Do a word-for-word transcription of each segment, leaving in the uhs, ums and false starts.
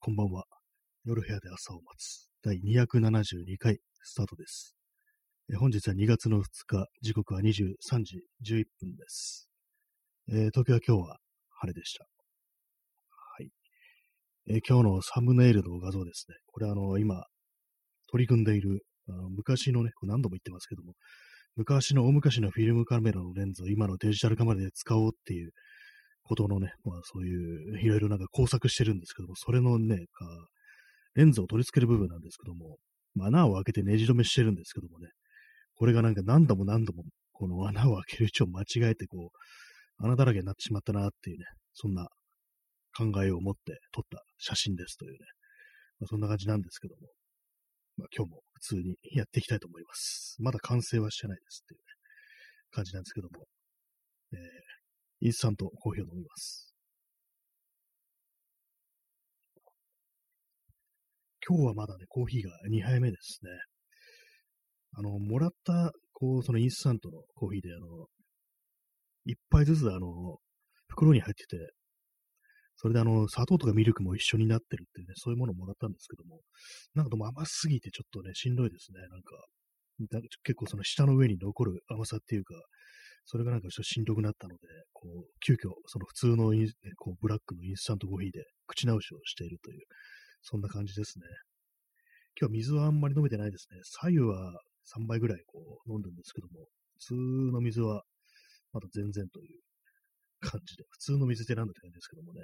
こんばんは。夜部屋で朝を待つ。だいにひゃくななじゅうにかいスタートです。えー本日はにがつのふつか、時刻はにじゅうさんじじゅういっぷんです。えー東京は今日は晴れでした。はい。えー今日のサムネイルの画像ですね。これあの、今、取り組んでいる、あの昔のね、これ何度も言ってますけども、昔の大昔のフィルムカメラのレンズを今のデジタルカメラで使おうっていうことのね、まあそういう、いろいろなんか工作してるんですけども、それのね、かレンズを取り付ける部分なんですけども、まあ穴を開けてネジ止めしてるんですけどもね、これがなんか何度も何度も、この穴を開ける位置を間違えて、こう、穴だらけになってしまったなっていうね、そんな考えを持って撮った写真ですというね、まあ、そんな感じなんですけども、まあ今日も普通にやっていきたいと思います。まだ完成はしてないですっていうね、感じなんですけども、えー、インスタントコーヒーを飲みます。今日はまだね、コーヒーがにはいめですね。あの、もらった、こう、そのインスタントのコーヒーで、あの、一杯ずつ、あの、袋に入ってて、それであの、砂糖とかミルクも一緒になってるっていうね、そういうものをもらったんですけども、なんかでも甘すぎてちょっとね、しんどいですね。なんか、なんか結構その舌の上に残る甘さっていうか、それがなんかちょっとしんどくなったので、こう、急遽、その普通のインこうブラックのインスタントコーヒーで口直しをしているという、そんな感じですね。今日は水はあんまり飲めてないですね。左右はさんばいぐらいこう飲んでるんですけども、普通の水はまだ全然という感じで、普通の水ってなんだって感じですけどもね。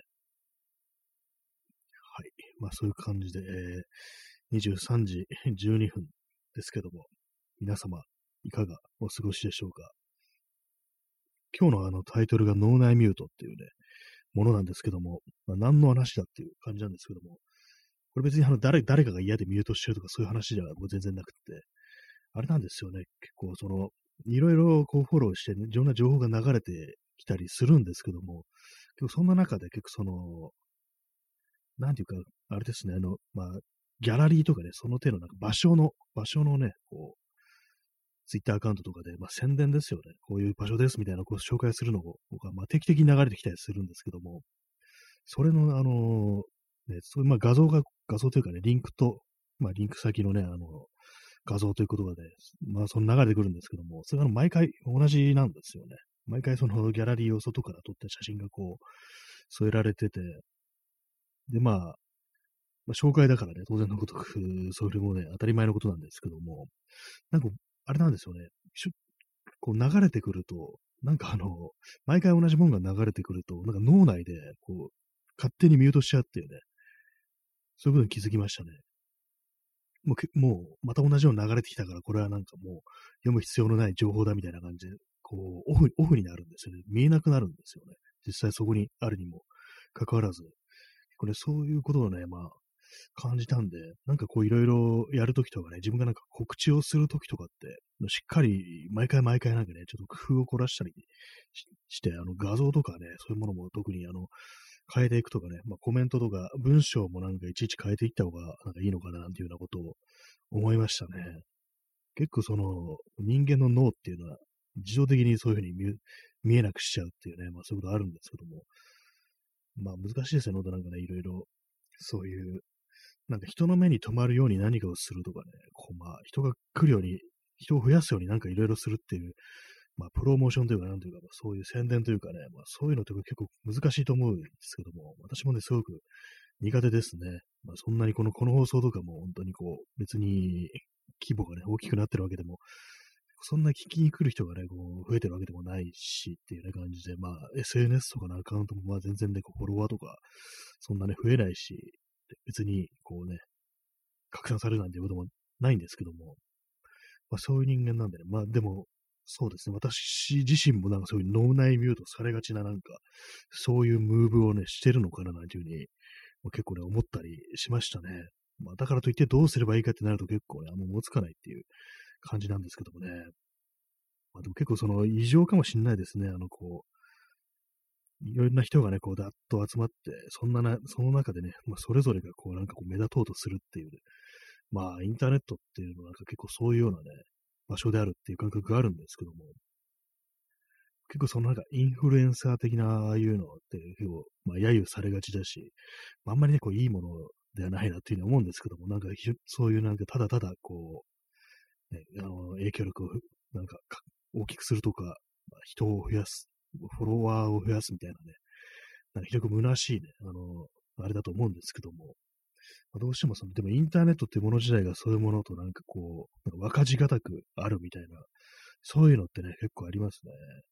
はい。まあそういう感じで、えー、にじゅうさんじじゅうにふんですけども、皆様いかがお過ごしでしょうか。今日のあのタイトルが脳内ミュートっていうね、ものなんですけども、まあ、何の話だっていう感じなんですけども、これ別にあの誰誰かが嫌でミュートしてるとかそういう話ではもう全然なくて、あれなんですよね、結構その、いろいろこうフォローして、ね、いろんな情報が流れてきたりするんですけども、結構そんな中で結構その、なんていうか、あれですね、あの、まあ、ギャラリーとかね、その手のなんか場所の、場所のね、こう、ツイッターアカウントとかで、まあ、宣伝ですよね。こういう場所ですみたいなのをこう紹介するのを、僕はまあ定期的に流れてきたりするんですけども、それの、あのね、そういうまあ画像が、画像というかね、リンクと、まあ、リンク先のね、あの、画像ということで、まあ、その流れてくるんですけども、それが毎回同じなんですよね。毎回そのギャラリーを外から撮った写真がこう、添えられてて、で、まあ、まあ、紹介だからね、当然のごとく、それもね、当たり前のことなんですけども、なんか、あれなんですよね。しゅこう流れてくると、なんかあの、毎回同じものが流れてくると、なんか脳内で、こう、勝手にミュートしちゃうっていうね、そういうことに気づきましたね。もうけ、もう、また同じように流れてきたから、これはなんかもう、読む必要のない情報だみたいな感じで、こう、オフ、オフになるんですよね。見えなくなるんですよね。実際そこにあるにもかかわらず。これ、そういうことをね、まあ、感じたんで、なんかこういろいろやるときとかね、自分がなんか告知をするときとかって、しっかり毎回毎回なんかね、ちょっと工夫を凝らしたりしして、あの画像とかね、そういうものも特にあの、変えていくとかね、まあ、コメントとか文章もなんかいちいち変えていった方がなんかいいのかななんていうようなことを思いましたね。結構その人間の脳っていうのは自動的にそういうふうに見見えなくしちゃうっていうね、まあそういうことあるんですけども、まあ難しいですよね、なんかね、いろいろそういうなんか人の目に留まるように何かをするとかね、こうまあ人が来るように、人を増やすようになんかいろいろするっていう、まあプロモーションというかなんというか、まあ、そういう宣伝というかね、まあそういうのって結構難しいと思うんですけども、私もね、すごく苦手ですね。まあそんなにこの、この放送とかも本当にこう、別に規模がね、大きくなってるわけでも、そんな聞きに来る人がね、こう、増えてるわけでもないしっていうね感じで、まあ エスエヌエス とかのアカウントもまあ全然ね、こうフォロワーとか、そんなね、増えないし、別にこうね、拡散されるなんていうこともないんですけども、まあ、そういう人間なんでね、まあでも、そうですね、私自身もなんかそういう脳内ミュートされがちななんか、そういうムーブをね、してるのかななんていうふうに、まあ、結構ね、思ったりしましたね。まあだからといってどうすればいいかってなると結構ね、あんまもうつかないっていう感じなんですけどもね。まあでも結構その異常かもしんないですね。あのこう、いろんな人がね、こう、だっと集まって、そんなな、その中でね、まあ、それぞれがこう、なんかこう、目立とうとするっていう、まあ、インターネットっていうのはなんか結構そういうようなね、場所であるっていう感覚があるんですけども、 結構そのなんかインフルエンサー的なああいうのって結構、まあ、揶揄されがちだし、あんまりね、こういいものではないなっていうふうに思うんですけども、なんかそういうなんかただただこう、ね、あの、影響力をなんか大きくするとか、まあ、人を増やす、フォロワーを増やすみたいなね、なんか非常に虚しいね、あの、あれだと思うんですけども、まあ、どうしてもその、でもインターネットっていうもの自体がそういうものとなんかこう、なんか分かちがたくあるみたいな、そういうのってね、結構ありますね。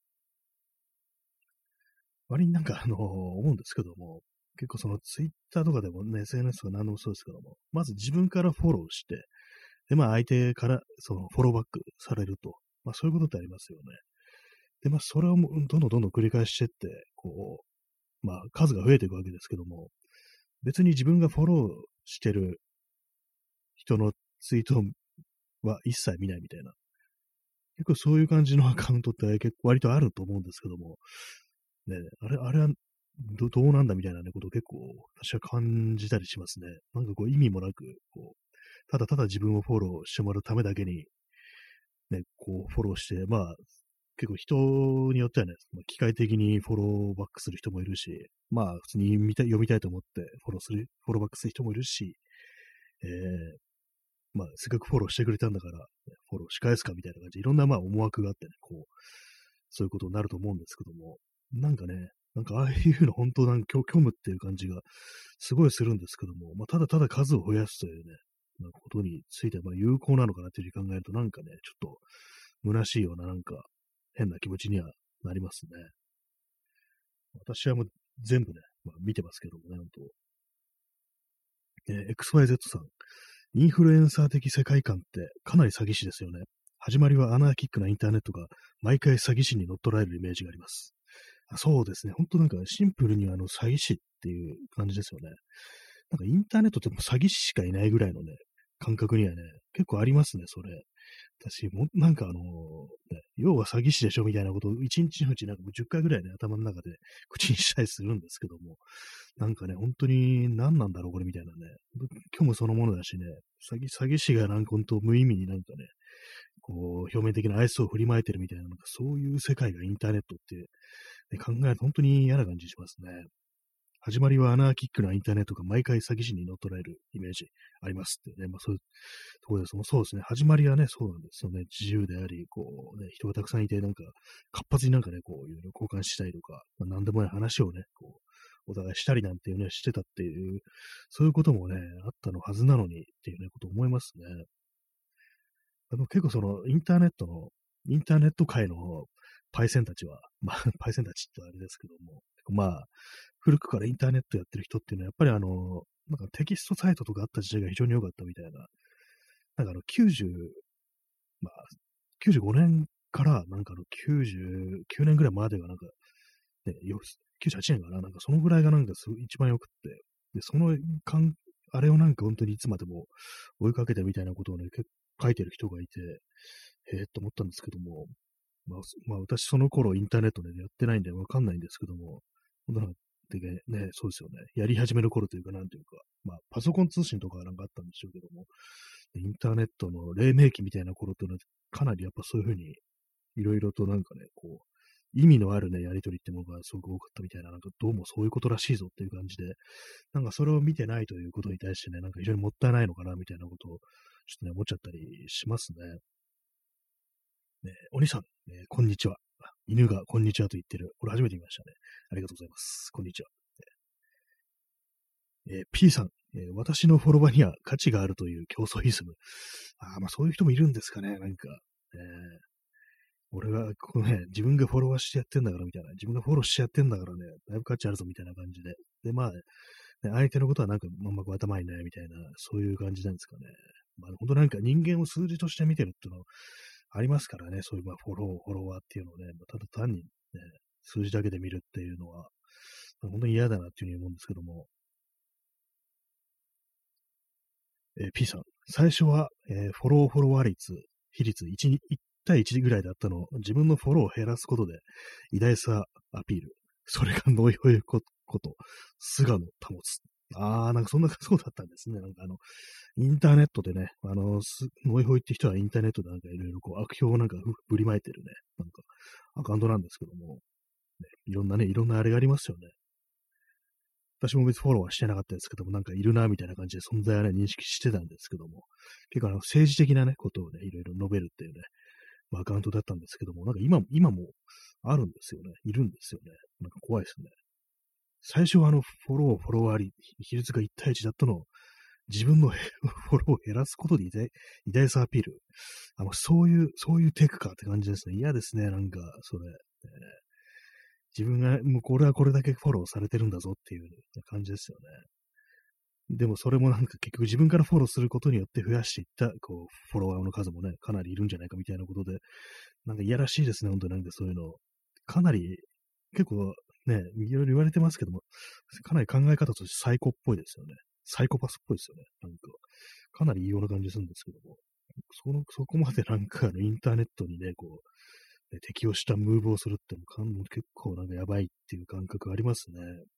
割になんかあの、思うんですけども、結構そのツイッターとかでもね、エスエヌエス とか何でもそうですけども、まず自分からフォローして、で、まあ相手からそのフォローバックされると、まあそういうことってありますよね。で、まあそれをもうどんどんどんどん繰り返してって、こう、まあ数が増えていくわけですけども、別に自分がフォローしてる人のツイートは一切見ないみたいな。結構そういう感じのアカウントって結構割とあると思うんですけども、ね、あれ、あれはど、どうなんだみたいなね、ことを結構私は感じたりしますね。なんかこう意味もなく、こう、ただただ自分をフォローしてもらうためだけに、ね、こうフォローして、まあ、結構人によってはね、機械的にフォローバックする人もいるし、まあ普通に見た読みたいと思ってフォローする、フォローバックする人もいるし、えー、まあせっかくフォローしてくれたんだから、フォローし返すかみたいな感じで、いろんなまあ思惑があってね、こう、そういうことになると思うんですけども、なんかね、なんかああいうの本当なんか虚虚無っていう感じがすごいするんですけども、まあ、ただただ数を増やすというね、まあ、ことについてまあ有効なのかなっていうふうに考えると、なんかね、ちょっと虚しいようななんか変な気持ちにはなりますね。私はもう全部ね、まあ、見てますけどもね、本当。えー、エックスワイゼット さん、インフルエンサー的世界観ってかなり詐欺師ですよね。始まりはアナーキックなインターネットが毎回詐欺師に乗っ取られるイメージがあります。そうですね。本当なんかシンプルにあの詐欺師っていう感じですよね。なんかインターネットってもう詐欺師しかいないぐらいのね、感覚にはね、結構ありますね、それ。私も、なんかあのね、要は詐欺師でしょみたいなことを一日のうちなんかもうじゅっかいぐらいね、頭の中で口にしたりするんですけども、なんかね、本当に何なんだろうこれみたいなね、虚無そのものだしね、詐欺、詐欺師がなんか本当無意味になんかね、こう、表面的な愛想を振りまいてるみたいな、なんかそういう世界がインターネットって、ね、考えると本当に嫌な感じしますね。始まりはアナーキックなインターネットが毎回詐欺師に乗っ取られるイメージありますってね。まあそういうところです。もうそうですね。始まりはね、そうなんですよね。自由であり、こうね、人がたくさんいて、なんか活発になんかね、こういろいろ交換したりとか、まあ、何でもない話をね、こう、お互いしたりなんていうね、してたっていう、そういうこともね、あったのはずなのにっていうね、ことを思いますね。あの結構そのインターネットの、インターネット界のパイセンたちは、まあ、パイセンたちってあれですけども、まあ、古くからインターネットやってる人っていうのは、やっぱりあの、なんかテキストサイトとかあった時代が非常に良かったみたいな、なんかあの、きゅうじゅう、まあ、きゅうじゅうごねんから、なんかあの、きゅうじゅうきゅうねんぐらいまでがなんか、ね、よきゅうじゅうはちねんかな、なんかそのぐらいがなんかす一番良くって、で、そのかん、あれをなんか本当にいつまでも追いかけてみたいなことをね、結構書いてる人がいて、へえー、と思ったんですけども、まあ、まあ、私その頃インターネットでやってないんでわかんないんですけども、本当なんかね、そうですよね。やり始める頃というか、なんというか、まあ、パソコン通信とかなんかあったんでしょうけども、インターネットの黎明期みたいな頃っていうのは、かなりやっぱそういうふうに、いろいろとなんかね、こう、意味のあるね、やりとりってものがすごく多かったみたいな、なんかどうもそういうことらしいぞっていう感じで、なんかそれを見てないということに対してね、なんか非常にもったいないのかなみたいなことを、ちょっとね、思っちゃったりしますね。ね、お兄さん、えーこんにちは。犬がこんにちはと言ってる。これ初めて見ましたね。ありがとうございます。こんにちは。えー P さん、えー私のフォロワーには価値があるという競争イズム。あまあそういう人もいるんですかね、なんか。えー俺は、このね、自分がフォロワーしてやってんだからみたいな、自分がフォローしてやってんだからね、だいぶ価値あるぞみたいな感じで。で、まあ、ね、相手のことはなんかあんまこう頭にないみたいな、そういう感じなんですかね。まあ、本当なんか人間を数字として見てるっていうのありますからね、そういうまあフォロー、フォロワーっていうのをね、まあ、ただ単にね、数字だけで見るっていうのは、本当に嫌だなっていうふうに思うんですけども、えー P さん、最初は、えーフォローフォロワー率、比率いち、いち対いちぐらいだったのを自分のフォローを減らすことで偉大さアピール。それがノイホイこと、菅野保つ。 ああ、なんかそんな、そうだったんですね。なんかあの、インターネットでね、あの、すノイホイって人はインターネットでなんかいろいろこう悪評をなんかふ振りまいてるね、なんかアカウントなんですけども、ね、いろんなね、いろんなあれがありますよね。私も別にフォローはしてなかったですけども、なんかいるな、みたいな感じで存在はね、認識してたんですけども、結構あの、政治的なね、ことをね、いろいろ述べるっていうね、まあアカウントだったんですけども、なんか今も、今もあるんですよね。いるんですよね。なんか怖いですね。最初はあの、フォロー、フォロワー率、比率がいち対いちだったのを、自分のフォローを減らすことで偉大、偉大さアピール。あの、そういう、そういうテクかって感じですね。嫌ですね、なんか、それ。えー自分が、もうこれはこれだけフォローされてるんだぞっていう感じですよね。でもそれもなんか結局自分からフォローすることによって増やしていった、こう、フォロワーの数もね、かなりいるんじゃないかみたいなことで、なんかいやらしいですね、本当になんかそういうの。かなり、結構ね、いろいろ言われてますけども、かなり考え方としてサイコっぽいですよね。サイコパスっぽいですよね。なんか、かなり異様な感じするんですけども。その、そこまでなんかあのインターネットにね、こう、ね、適応したムーブをするってもかん結構なんかやばいっていう感覚ありますね。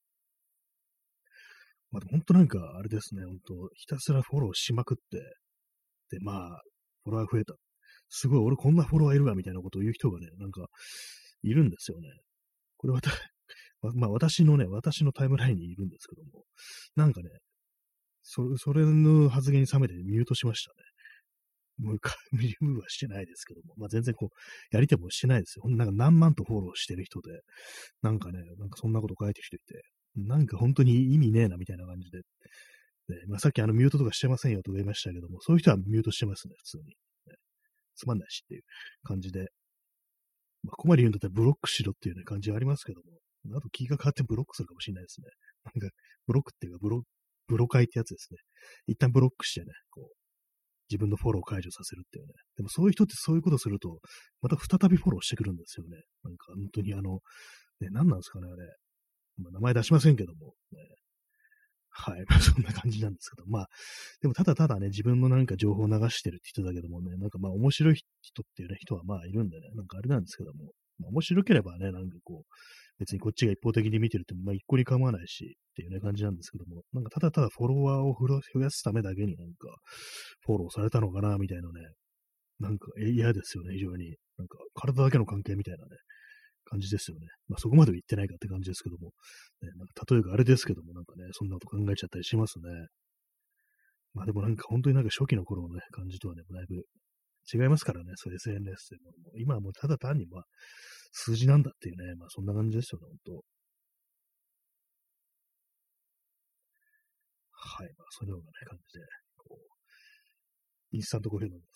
まあ、本当なんかあれですね、本当ひたすらフォローしまくって、で、まあ、フォロワー増えた。すごい、俺こんなフォロワーいるわ、みたいなことを言う人がね、なんか、いるんですよね。これわた、まあ、私のね、私のタイムラインにいるんですけども、なんかね、そそれの発言に冷めてミュートしましたね。もうか、ミュートはしてないですけども、まあ、全然こう、やりてもしてないですよ。ほんなんか何万とフォローしてる人で、なんかね、なんかそんなこと書いてる人いて、なんか本当に意味ねえな、みたいな感じで。で、まあ、さっきあのミュートとかしてませんよとか言いましたけども、そういう人はミュートしてますね、普通に。ね、つまんないしっていう感じで。まあ、ここまで言うんだったらブロックしろっていうね、感じはありますけども、あと気が変わってブロックするかもしれないですね。なんか、ブロックっていうか、ブロ、ブロ解ってやつですね。一旦ブロックしてね、こう、自分のフォローを解除させるっていうね。でもそういう人ってそういうことすると、また再びフォローしてくるんですよね。なんか本当にあの、ね、何なんですかね、あれ。まあ、名前出しませんけども、ね、はい。まあ、そんな感じなんですけど、まあ、でもただただね、自分のなんか情報を流してるって人だけどもね、なんかまあ面白い人っていうね、人はまあいるんでね、なんかあれなんですけども、まあ、面白ければね、なんかこう、別にこっちが一方的に見てるっても、まあ一向に構わないし、っていうね、感じなんですけども、なんかただただフォロワーを増やすためだけになんか、フォローされたのかな、みたいなね、なんかえ嫌ですよね、非常に。なんか体だけの関係みたいなね、感じですよね。まあそこまでは言ってないかって感じですけども、ね、なんか例えがあれですけども、なんかね、そんなこと考えちゃったりしますね。まあでもなんか本当になんか初期の頃のね、感じとはね、だいぶ違いますからね、そういう エスエヌエス というものも。今はもうただ単にまあ、数字なんだっていうね、まあそんな感じですよね、本当。はい、まあそのようなね、感じで、こう、インスタントコーヒーを飲みます。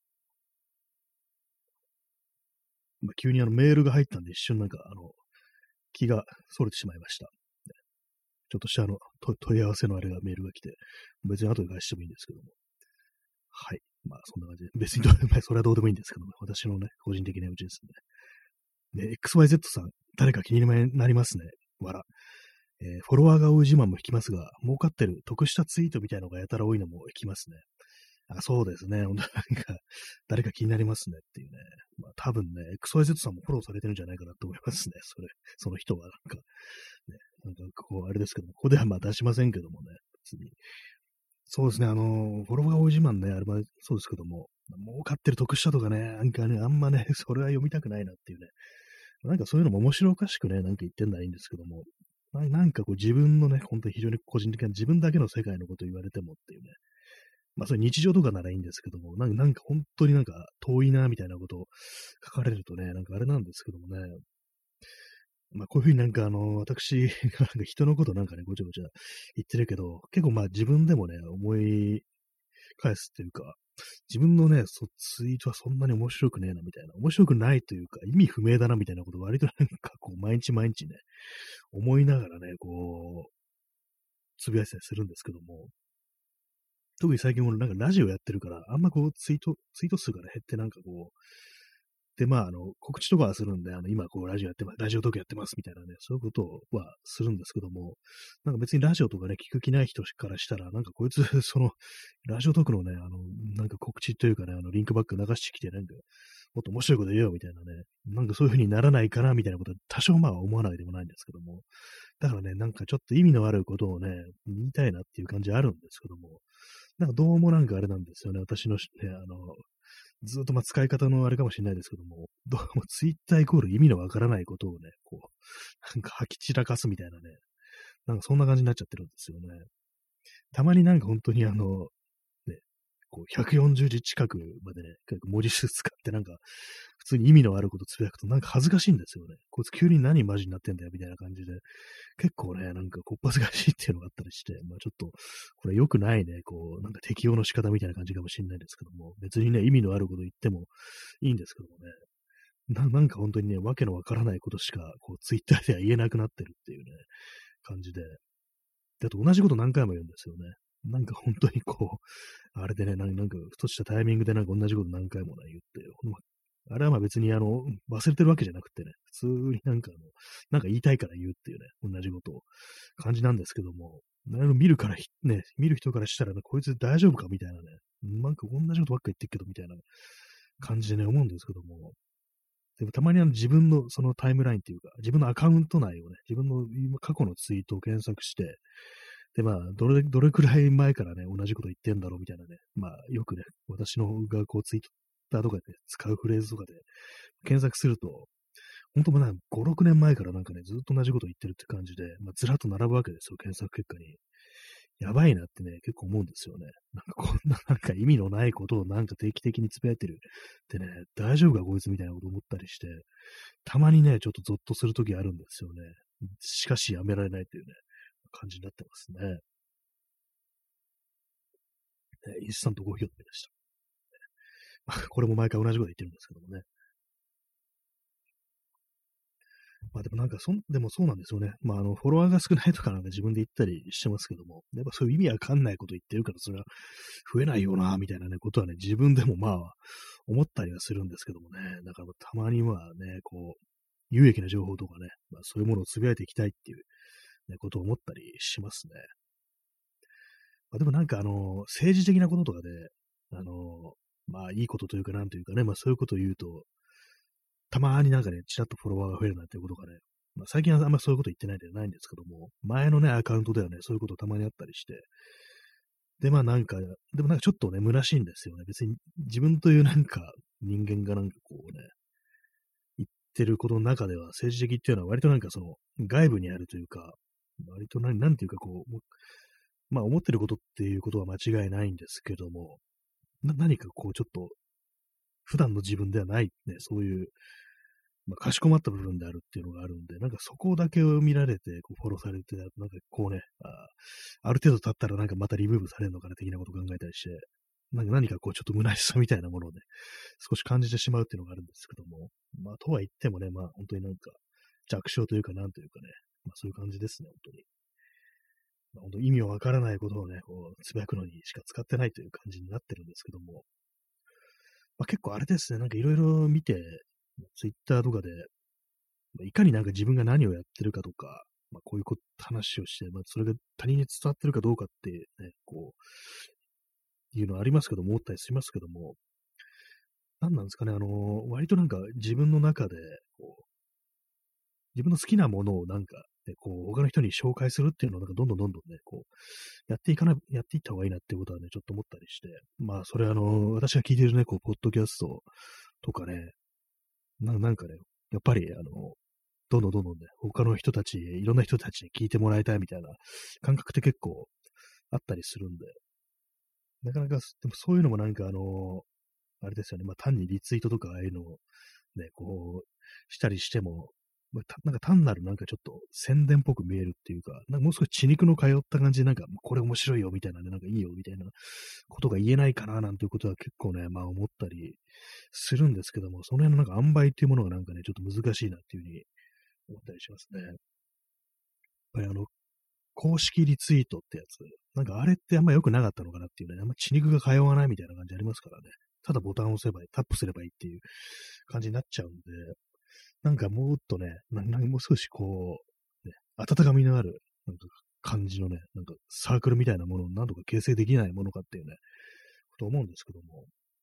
まあ急にあのメールが入ったんで一瞬なんかあの、気が逸れてしまいました。ちょっとしたあの、問い合わせのあれがメールが来て、別に後で返してもいいんですけども。はい。まあそんな感じで、別にどう、まあ、それはどうでもいいんですけども、私のね、個人的なうちですね。で、エックスワイゼット さん、誰か気になりますね。わら。えーフォロワーが多い自慢も引きますが、儲かってる得したツイートみたいのがやたら多いのも引きますね。あ、そうですね。本当なんか、誰か気になりますねっていうね。まあ多分ね、エックスワイゼット さんもフォローされてるんじゃないかなと思いますね。それ、その人はなんか、ね、なんかこう、あれですけども、ここではまあ出しませんけどもね、別に。そうですね、あの、フォロワーが多い自慢ね、あれはそうですけども、儲かってる得したとかね、なんかね、あんまね、それは読みたくないなっていうね。なんかそういうのも面白おかしくね、なんか言ってんならいいんですけども、ななんかこう自分のね、本当に非常に個人的な自分だけの世界のことを言われてもっていうね。まあそれ日常とかならいいんですけども、なんかなんか本当になんか遠いなみたいなことを書かれるとね、なんかあれなんですけどもね。まあこういうふうになんかあの、私がなんか人のことなんかね、ごちゃごちゃ言ってるけど、結構まあ自分でもね、思い返すっていうか、自分のね、そツイートはそんなに面白くねえなみたいな、面白くないというか、意味不明だなみたいなことを割となんかこう毎日毎日ね、思いながらね、こう、つぶやいてたりするんですけども、特に最近俺なんかラジオやってるから、あんまこうツイート、ツイート数がね、減ってなんかこう、で、まあ、あの、告知とかはするんで、あの、今こうラジオやってます、ラジオトークやってますみたいなね、そういうことはするんですけども、なんか別にラジオとかね、聞く気ない人からしたら、なんかこいつ、その、ラジオトークのね、あの、なんか告知というかね、あの、リンクバック流してきて、なんか、 もっと面白いこと言えよみたいなね、なんかそういう風にならないかなみたいなことは多少まあ思わないでもないんですけども、だからね、なんかちょっと意味のあることをね、言いたいなっていう感じあるんですけども、なんかどうもなんかあれなんですよね、私のね、あの、ずっとまあ使い方のあれかもしれないですけども、どうもツイッターイコール意味のわからないことをね、こう、なんか吐き散らかすみたいなね、なんかそんな感じになっちゃってるんですよね。たまになんか本当にあの、ね、こうひゃくよんじゅうじ近くまでね、結構文字数使ってなんか、普通に意味のあることつぶやくとなんか恥ずかしいんですよね。こいつ急に何マジになってんだよみたいな感じで、結構ね、なんかこっぱずかしいっていうのがあったりして、まあちょっと、これ良くないね、こう、なんか適用の仕方みたいな感じかもしれないですけども、別にね、意味のあること言ってもいいんですけどもね、ななんか本当にね、わけのわからないことしか、こう、ツイッターでは言えなくなってるっていうね、感じで、で、あと同じこと何回も言うんですよね。なんか本当にこう、あれでね、なんなんか、ふとしたタイミングでなんか同じこと何回もね、言って、まあれはまあ別にあの、忘れてるわけじゃなくてね、普通になんかあの、なんか言いたいから言うっていうね、同じことを感じなんですけども、あの見るからひ、ね、見る人からしたらね、こいつ大丈夫かみたいなね、なんか同じことばっか言ってるけどみたいな感じでね、思うんですけども、でもたまにあの自分のそのタイムラインっていうか、自分のアカウント内をね、自分の今過去のツイートを検索して、で、まあ、どれ、どれくらい前からね、同じこと言ってんだろうみたいなね、まあ、よくね、私のがこうツイッターとかで使うフレーズとかで検索すると、本当もうなんかご、ろくねんまえからなんかね、ずっと同じこと言ってるって感じで、まあ、ずらっと並ぶわけですよ、検索結果に。やばいなってね、結構思うんですよね。なんかこんななんか意味のないことをなんか定期的につぶやいてるってね、大丈夫かこいつみたいなこと思ったりして、たまにね、ちょっとゾッとするときあるんですよね。しかしやめられないというね、感じになってますね。えーインスタントコーヒーを飲みました。まあこれも毎回同じこと言ってるんですけどもね。まあでもなんかそん、でもそうなんですよね。まああの、フォロワーが少ないとかなんか自分で言ったりしてますけども、やっぱそういう意味わかんないこと言ってるから、それは増えないよな、みたいなね、ことはね、自分でもまあ、思ったりはするんですけどもね。だからたまにはね、こう、有益な情報とかね、まあそういうものをつぶやいていきたいっていう、ね、ことを思ったりしますね。まあでもなんかあの、政治的なこととかで、あの、まあいいことというかなんというかね、まあそういうことを言うと、たまになんかね、ちらっとフォロワーが増えるなんていうことがね、まあ、最近はあんまそういうこと言ってないんではないんですけども、前のね、アカウントではね、そういうことたまにあったりして、で、まあなんか、でもなんかちょっとね、虚しいんですよね。別に自分というなんか人間がなんかこうね、言ってることの中では政治的っていうのは割となんかその外部にあるというか、割となんなんていうかこう、まあ思ってることっていうことは間違いないんですけども、な何かこうちょっと普段の自分ではないね、そういうまあ、かしこまった部分であるっていうのがあるんで、なんかそこだけを見られて、こうフォローされて、なんかこうね、あある程度経ったらなんかまたリムーブされるのかな的なことを考えたりして、なんか何かこうちょっと虚しさみたいなものをね、少し感じてしまうっていうのがあるんですけども、まあとは言ってもね、まあ本当になんか弱小というかなんというかね、まあそういう感じですね、本当に。まあ、本当意味わからないことをね、こう、つぶやくのにしか使ってないという感じになってるんですけども、まあ結構あれですね、なんかいろいろ見て、ツイッターとかで、いかになんか自分が何をやってるかとか、まあ、こういうこ話をして、まあ、それが他人に伝わってるかどうかってね、こう、いうのはありますけども、思ったりしますけども、何なんですかね、あの、割となんか自分の中で、こう、自分の好きなものをなんか、ね、こう、他の人に紹介するっていうのをなんかどんどんどんどんね、こう、やっていかな、やっていった方がいいなっていうことはね、ちょっと思ったりして、まあ、それあの、私が聞いてるね、こう、ポッドキャストとかね、ななんかね、やっぱり、あの、どんどんどんどんね、他の人たち、いろんな人たちに聞いてもらいたいみたいな感覚って結構あったりするんで、なかなか、でもそういうのもなんかあの、あれですよね、まあ単にリツイートとかああいうのをね、こう、したりしても、まあ、たなんか単なるなんかちょっと宣伝っぽく見えるっていうか、なんかもう少し血肉の通った感じで、なんかこれ面白いよみたいなね、なんかいいよみたいなことが言えないかななんていうことは結構ね、まあ思ったりするんですけども、その辺のなんか塩梅っていうものがなんかね、ちょっと難しいなっていうふうに思ったりしますね。やっぱりあの、公式リツイートってやつ、なんかあれってあんま良くなかったのかなっていうね、あんま血肉が通わないみたいな感じありますからね。ただボタンを押せばいい、タップすればいいっていう感じになっちゃうんで、なんかもっとね、ななんかもう少しこう、ね、温かみのある、なんか感じのね、なんかサークルみたいなものを何とか形成できないものかっていうね、こと思うんですけども、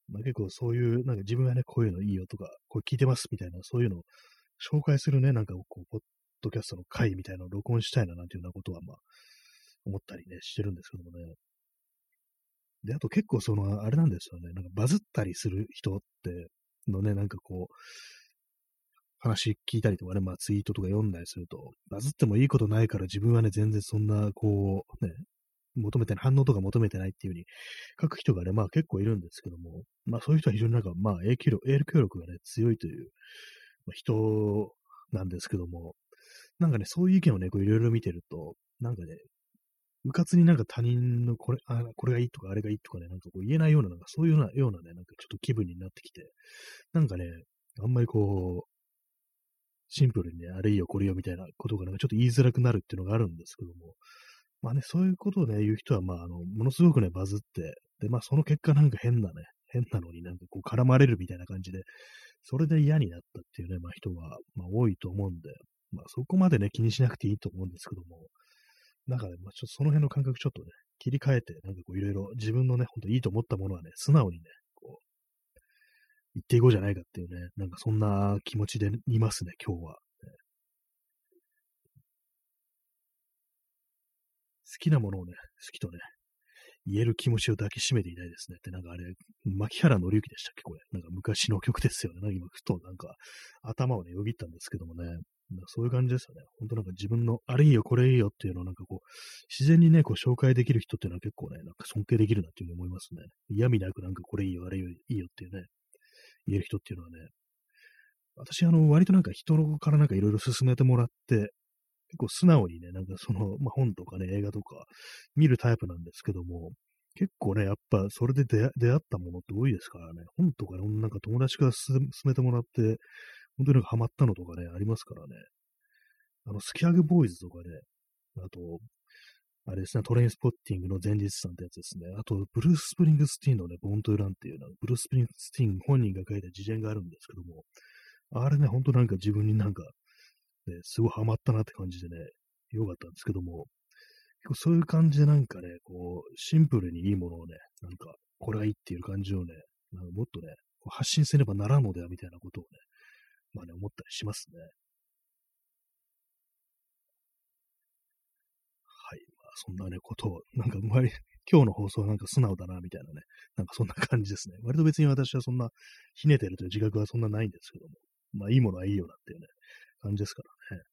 まあ、結構そういう、なんか自分はね、こういうのいいよとか、これ聞いてますみたいな、そういうのを紹介するね、なんかこう、ポッドキャストの回みたいなのを録音したいななんていうようなことは、まあ、思ったりね、してるんですけどもね。で、あと結構その、あれなんですよね、なんかバズったりする人ってのね、なんかこう、話聞いたりとかね、まあツイートとか読んだりすると、バズってもいいことないから自分はね、全然そんな、こう、ね、求めてない、反応とか求めてないっていう風に書く人がね、まあ結構いるんですけども、まあそういう人は非常になんか、まあ影響力、影響力がね、強いという、まあ、人なんですけども、なんかね、そういう意見をね、こういろいろ見てると、なんかね、うかつになんか他人のこれ、あ、これがいいとかあれがいいとかね、なんかこう言えないような、なんかそういうような、ようなね、なんかちょっと気分になってきて、なんかね、あんまりこう、シンプルにね、あれいいよ、これいいよみたいなことがなんかちょっと言いづらくなるっていうのがあるんですけども、まあね、そういうことをね、言う人は、まあ、あの、ものすごくね、バズって、で、まあその結果なんか変なね、変なのになんかこう絡まれるみたいな感じで、それで嫌になったっていうね、まあ人が、まあ多いと思うんで、まあそこまでね、気にしなくていいと思うんですけども、なんかね、まあちょっとその辺の感覚ちょっとね、切り替えて、なんかこういろいろ自分のね、ほんといいと思ったものはね、素直にね、こう、言っていこうじゃないかっていうね、なんかそんな気持ちでいますね、今日は。好きなものをね、好きとね、言える気持ちを抱きしめていないですねって、なんかあれ、牧原紀之でしたっけこれ。なんか昔の曲ですよね。なんか今、ふとなんか頭をね、よぎったんですけどもね。なんかそういう感じですよね。本当なんか自分の、あれいいよ、これいいよっていうのをなんかこう、自然にね、こう紹介できる人っていうのは結構ね、なんか尊敬できるなっていうふうに思いますね。嫌味なくなんかこれいいよ、あれいいよっていうね、言える人っていうのはね、私あの、割となんか人からなんかいろいろ勧めてもらって、結構素直にね、なんかその、まあ、本とかね、映画とか見るタイプなんですけども、結構ね、やっぱそれで出出会ったものって多いですからね、本とかね、なんか友達から勧めてもらって、本当になんかハマったのとかね、ありますからね。あの、スキャグボーイズとかね、あと、あれですね、トレインスポッティングの前日さんってやつですね。あと、ブルース・スプリングスティーンのね、ボーントゥーランっていうのは、ブルース・スプリングスティーン本人が書いた自伝があるんですけども、あれね、ほんとなんか自分になんか、ね、すごいハマったなって感じでね、よかったんですけども、結構そういう感じでなんかね、こう、シンプルにいいものをね、なんか、これがいいっていう感じをね、なんかもっとね、こう発信せねばならんのではみたいなことをね、まあね、思ったりしますね。はい。まあ、そんなね、ことを、なんか、割今日の放送はなんか素直だな、みたいなね、なんかそんな感じですね。割と別に私はそんな、ひねてるという自覚はそんなないんですけども、まあ、いいものはいいよなっていうね、感じですからね。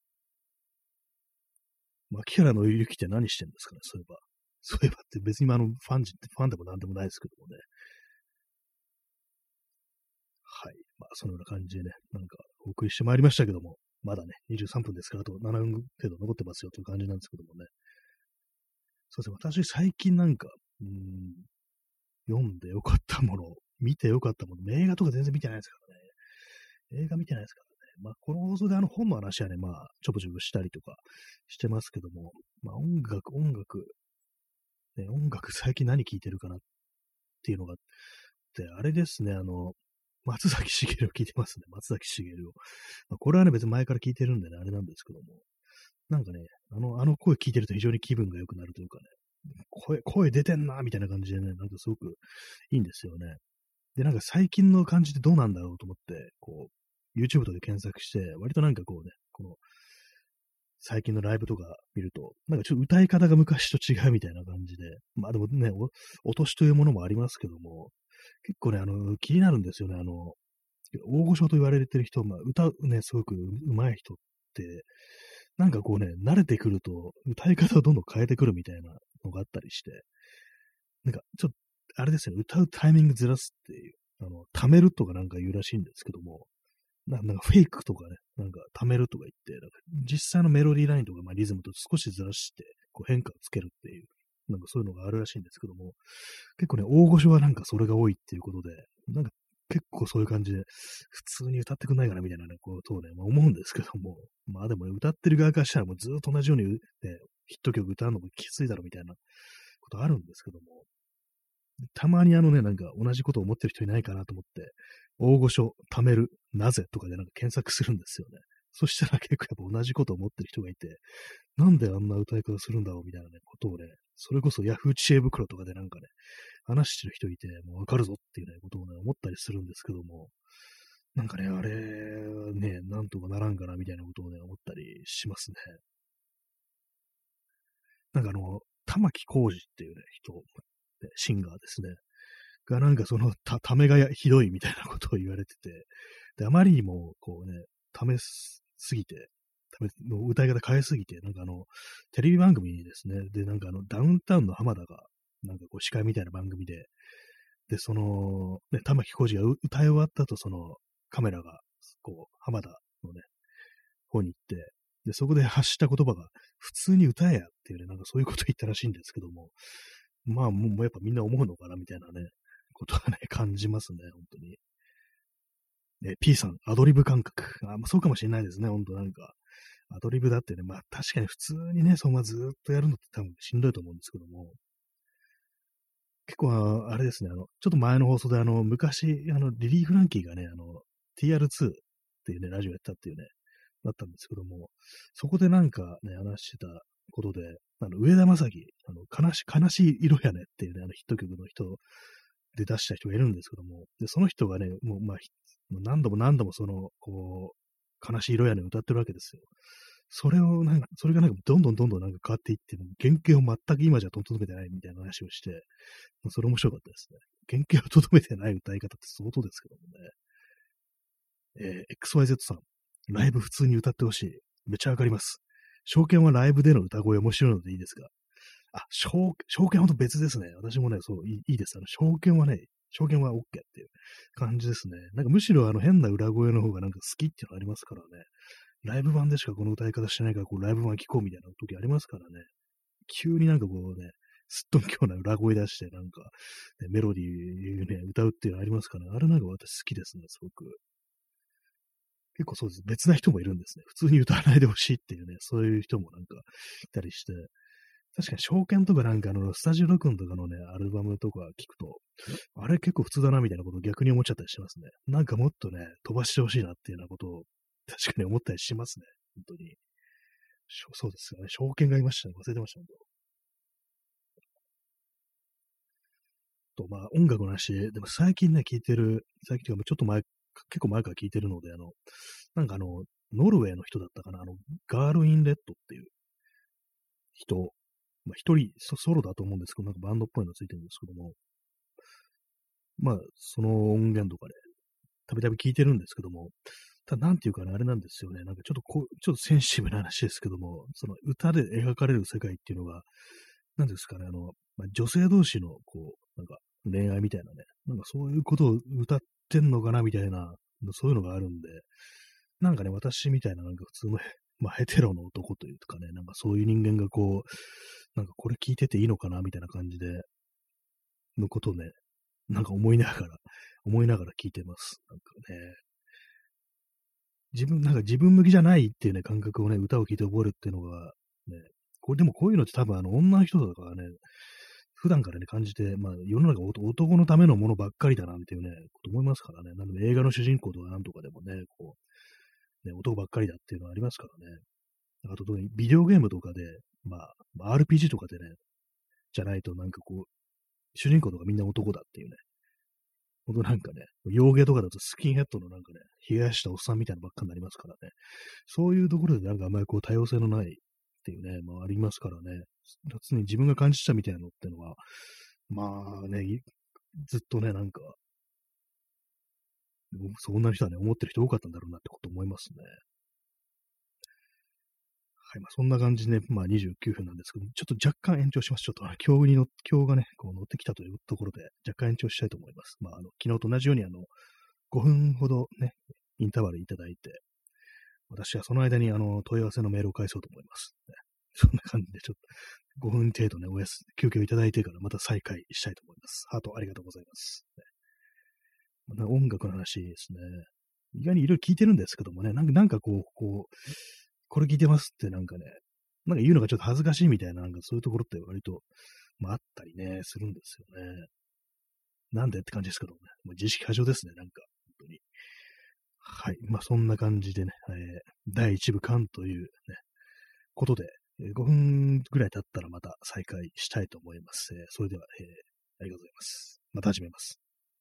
牧原のゆきって何してんですかね、そういえば。そういえばって別にあの、ファンジ、ファンでもなんでもないですけどもね。はい。まあ、そのような感じでね、なんか、お送りしてまいりましたけども、まだね、にじゅうさんぷんですから、あとななふん程度残ってますよという感じなんですけどもね。そうですね、私最近なんか、うーん、読んでよかったもの、見てよかったもの、映画とか全然見てないですからね。映画見てないですからね。まあ、この放送であの本の話はね、まあ、ちょぼちょぼしたりとかしてますけども、まあ、音楽、音楽、ね、音楽最近何聴いてるかなっていうのがあって、あれですね、あの、松崎しげるを聞いてますね。松崎しげるを。まあ、これはね、別に前から聞いてるんでね、あれなんですけども。なんかね、あの、あの声聞いてると非常に気分が良くなるというかね、声、声出てんな、みたいな感じでね、なんかすごくいいんですよね。で、なんか最近の感じってどうなんだろうと思って、こう、YouTube とかで検索して、割となんかこうね、この、最近のライブとか見ると、なんかちょっと歌い方が昔と違うみたいな感じで、まあでもね、お、お年というものもありますけども、結構ね、あの、気になるんですよね。あの、大御所と言われてる人、まあ、歌うね、すごく上手い人って、なんかこうね、慣れてくると、歌い方をどんどん変えてくるみたいなのがあったりして、なんか、ちょっと、あれですよね、歌うタイミングずらすっていう、あの、貯めるとかなんか言うらしいんですけども、ななんかフェイクとかね、なんか貯めるとか言って、なんか実際のメロディーラインとか、まあ、リズムと少しずらして、こう変化をつけるっていう、なんかそういうのがあるらしいんですけども、結構ね、大御所はなんかそれが多いっていうことで、なんか結構そういう感じで、普通に歌ってくんないかなみたいなね、ことをね、まあ、思うんですけども、まあでもね、歌ってる側からしたらもうずっと同じように、ね、ヒット曲歌うのもきついだろみたいなことあるんですけども、たまにあのね、なんか同じことを思ってる人いないかなと思って、大御所、貯める、なぜとかでなんか検索するんですよね。そしたら結構やっぱ同じことを思ってる人がいて、なんであんな歌い方するんだろうみたいなね、ことをね、それこそヤフー知恵袋とかでなんかね、 話してる人いて、もうわかるぞっていうね、ことをね、思ったりするんですけども、なんかね、あれ、ね、なんとかならんかなみたいなことをね、思ったりしますね。なんかあの、玉置浩二っていうね、人、ねシンガーですね。がなんかその、た、ためがやひどいみたいなことを言われてて、で、あまりにも、こうね、ためすぎて、ための歌い方変えすぎて、なんかあの、テレビ番組にですね、で、なんかあの、ダウンタウンの浜田が、なんかこう、司会みたいな番組で、で、その、ね、玉置浩二がう歌い終わった後、その、カメラが、こう、浜田のね、方に行って、で、そこで発した言葉が、普通に歌えやっていうね、なんかそういうこと言ったらしいんですけども、まあ、もうもうやっぱみんな思うのかな、みたいなね、ことはね、感じますね、本当に。ね、P さん、アドリブ感覚。あ、まあ、そうかもしれないですね、本当なんか。アドリブだってね、まあ確かに普通にね、そんなずーっとやるのって多分しんどいと思うんですけども、結構ああれですね、あの、ちょっと前の放送であの、昔、あの、リリー・フランキーがね、あの、ティーアールツー っていうね、ラジオやったっていうね、だったんですけども、そこでなんかね、話してたことで、あの、上田正樹、あの、悲し、悲しい色やねっていうね、あのヒット曲の人で出した人がいるんですけども、で、その人がね、もう、まあ、もう何度も何度もその、こう、悲しい色やねん歌ってるわけですよ。それをなんか、それがなんかどんどんどんどんなんか変わっていって、もう原型を全く今じゃ整めてないみたいな話をして、それ面白かったですね。原型をとどめてない歌い方って相当ですけどもね。えー、エックスワイゼット さん、ライブ普通に歌ってほしい。めっちゃわかります。証券はライブでの歌声面白いのでいいですが。あ、証、証券ほんと別ですね。私もね、そう、いいいいです。あの、証券はね、証券は OK っていう感じですね。なんかむしろあの変な裏声の方がなんか好きっていうのありますからね。ライブ版でしかこの歌い方してないから、こうライブ版聴こうみたいな時ありますからね。急になんかこうね、すっとんきょうな裏声出して、なんか、ね、メロディーね、歌うっていうのありますから、ね、あれなんか私好きですね、すごく。結構そうです。別な人もいるんですね。普通に歌わないでほしいっていうね、そういう人もなんかいたりして。確かに証券とかなんかあの、スタジオ録音とかのね、アルバムとか聞くと、あれ結構普通だなみたいなことを逆に思っちゃったりしますね。なんかもっとね、飛ばしてほしいなっていうようなことを確かに思ったりしますね。本当に。そうですよね。証券がいましたね。忘れてました、本当。と、まあ、音楽の話、でも最近ね、聞いてる、最近というか、ちょっと前、結構前から聞いてるので、あの、なんかあの、ノルウェーの人だったかな、あの、ガール・イン・レッドっていう人、まあ、一人ソ、ソロだと思うんですけど、なんかバンドっぽいのついてるんですけども、まあ、その音源とかで、たびたび聞いてるんですけども、ただ、なんていうかね、あれなんですよね。なんかちょっとこう、ちょっとセンシティブな話ですけども、その歌で描かれる世界っていうのが、なんですかね、あの、まあ、女性同士の、こう、なんか恋愛みたいなね、なんかそういうことを歌ってんのかな、みたいな、そういうのがあるんで、なんかね、私みたいな、なんか普通の、まあ、ヘテロの男というかね、なんかそういう人間がこう、なんかこれ聞いてていいのかな、みたいな感じで、のことをね、なんか思いながら、思いながら聞いてます。なんかね、自分、なんか自分向きじゃないっていうね、感覚をね、歌を聴いて覚えるっていうのが、ね、これでもこういうのって多分あの女の人とかがね、普段からね、感じて、まあ世の中お男のためのものばっかりだなっていうね、こと思いますからね。なので映画の主人公とかなんとかでもね、こう、ね、男ばっかりだっていうのはありますからね。あと特にビデオゲームとかで、まあ、まあ アールピージー とかでね、じゃないとなんかこう、主人公とかみんな男だっていうね、ほんとなんかね、洋芸とかだとスキンヘッドのなんかね、冷やしたおっさんみたいなのばっかになりますからね。そういうところでなんかあんまりこう多様性のないっていうね、まあありますからね。常に自分が感じたみたいなのってのは、まあね、ずっとね、なんか、そんな人はね、思ってる人多かったんだろうなってこと思いますね。はい、まあそんな感じで、ね、まあにじゅうきゅうふんなんですけど、ちょっと若干延長します。ちょっとあの、今日にの、今日がね、こう乗ってきたというところで、若干延長したいと思います。まああの、昨日と同じようにあの、ごふんほどね、インターバルいただいて、私はその間にあの問い合わせのメールを返そうと思います。ね、そんな感じでちょっとごふん程度ね、おやす、休憩をいただいてからまた再開したいと思います。ハートありがとうございます。ね、まあ、音楽の話ですね。意外にいろいろ聞いてるんですけどもね、なんかなんかこう、こう、これ聞いてますってなんかね、なんか言うのがちょっと恥ずかしいみたいな、なんかそういうところって割と、まあ、あったりね、するんですよね。なんでって感じですけどもね。もう自意識過剰ですね、なんか。本当に。はい。まあ、そんな感じでね、えー、だいいち部完というね、ことで、えーごふんぐらい経ったらまた再開したいと思います。えーそれでは、えーありがとうございます。また始めます。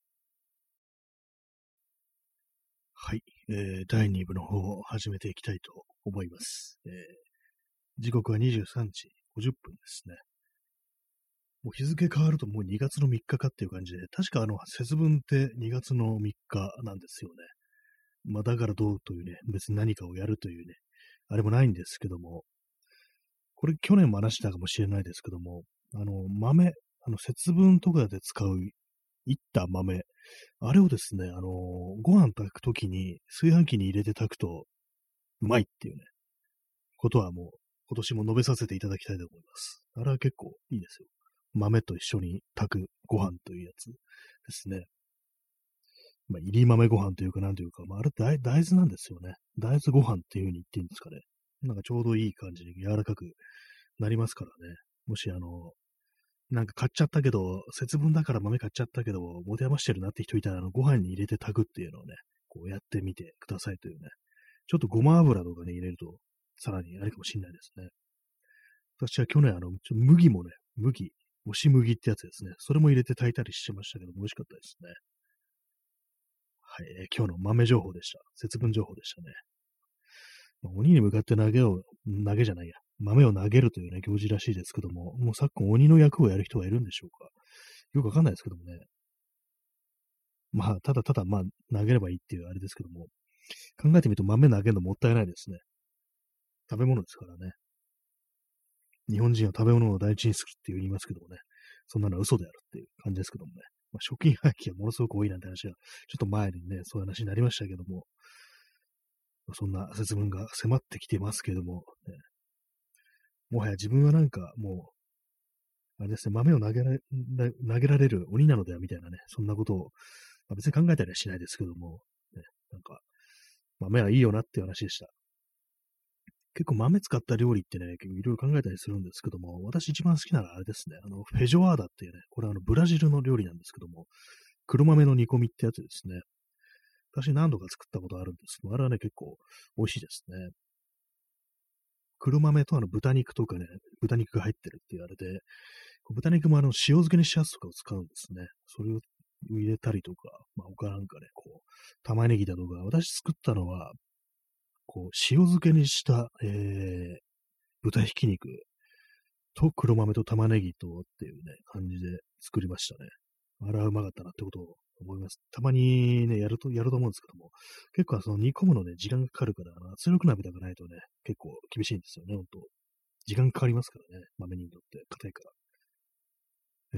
はい。えー、だいに部の方を始めていきたいと思います。えー、時刻はにじゅうさんじごじゅっぷんですね。もう日付変わるともうにがつのみっかかっていう感じで、確かあの、節分ってにがつのみっかなんですよね。まあだからどうというね、別に何かをやるというね、あれもないんですけども、これ去年も話したかもしれないですけども、あの、豆、あの、節分とかで使う、いった豆、あれをですね、あの、ご飯炊くときに炊飯器に入れて炊くとうまいっていうね、ことはもう今年も述べさせていただきたいと思います。あれは結構いいですよ。豆と一緒に炊くご飯というやつですね。まあ、入り豆ご飯というか、なんというか、まあ、あれ大大豆なんですよね。大豆ご飯っていう風に言っていいんですかね。なんかちょうどいい感じに柔らかくなりますからね。もしあの、なんか買っちゃったけど、節分だから豆買っちゃったけど、持て余してるなって人いたら、あの、ご飯に入れて炊くっていうのをね、こうやってみてくださいというね。ちょっとごま油とかね、入れると、さらにあれかもしれないですね。私は去年、あの、ちょ麦もね、麦、押し麦ってやつですね。それも入れて炊いたりしてましたけど、美味しかったですね。はい、えー今日の豆情報でした。節分情報でしたね。まあ鬼に向かって投げを、投げじゃないや、豆を投げるというね、行事らしいですけども、もう昨今鬼の役をやる人はいるんでしょうか。よくわかんないですけどもね。まあ、ただただ、まあ、投げればいいっていうあれですけども、考えてみると豆投げるのもったいないですね。食べ物ですからね。日本人は食べ物を大事にするって言いますけどもね、そんなのは嘘であるっていう感じですけどもね。まあ、食品廃棄がものすごく多いなんて話は、ちょっと前にね、そういう話になりましたけども、まあ、そんな節分が迫ってきてますけども、ね、もはや自分はなんかもう、あれですね、豆を投げられ投げられる鬼なのではみたいなね、そんなことを、まあ、別に考えたりはしないですけども、ね、なんか、豆はいいよなっていう話でした。結構豆使った料理ってね、結構いろいろ考えたりするんですけども、私一番好きなのはあれですね、あの、フェジョアーダっていうね、これはあの、ブラジルの料理なんですけども、黒豆の煮込みってやつですね。私何度か作ったことあるんですけど、あれはね、結構美味しいですね。黒豆とあの豚肉とかね、豚肉が入ってるって言われて、豚肉もあの塩漬けにしたやつとかを使うんですね。それを入れたりとか、まあ、他なんかね、こう、玉ねぎだとか、私作ったのは、こう、塩漬けにした、えー、豚ひき肉と黒豆と玉ねぎとっていうね、感じで作りましたね。あれはうまかったなってことを思います。たまにね、やると、やると思うんですけども、結構その煮込むのね、時間がかかるから、あの圧力鍋とかないとね、結構厳しいんですよね、ほんと。時間かかりますからね、豆にとって硬いから。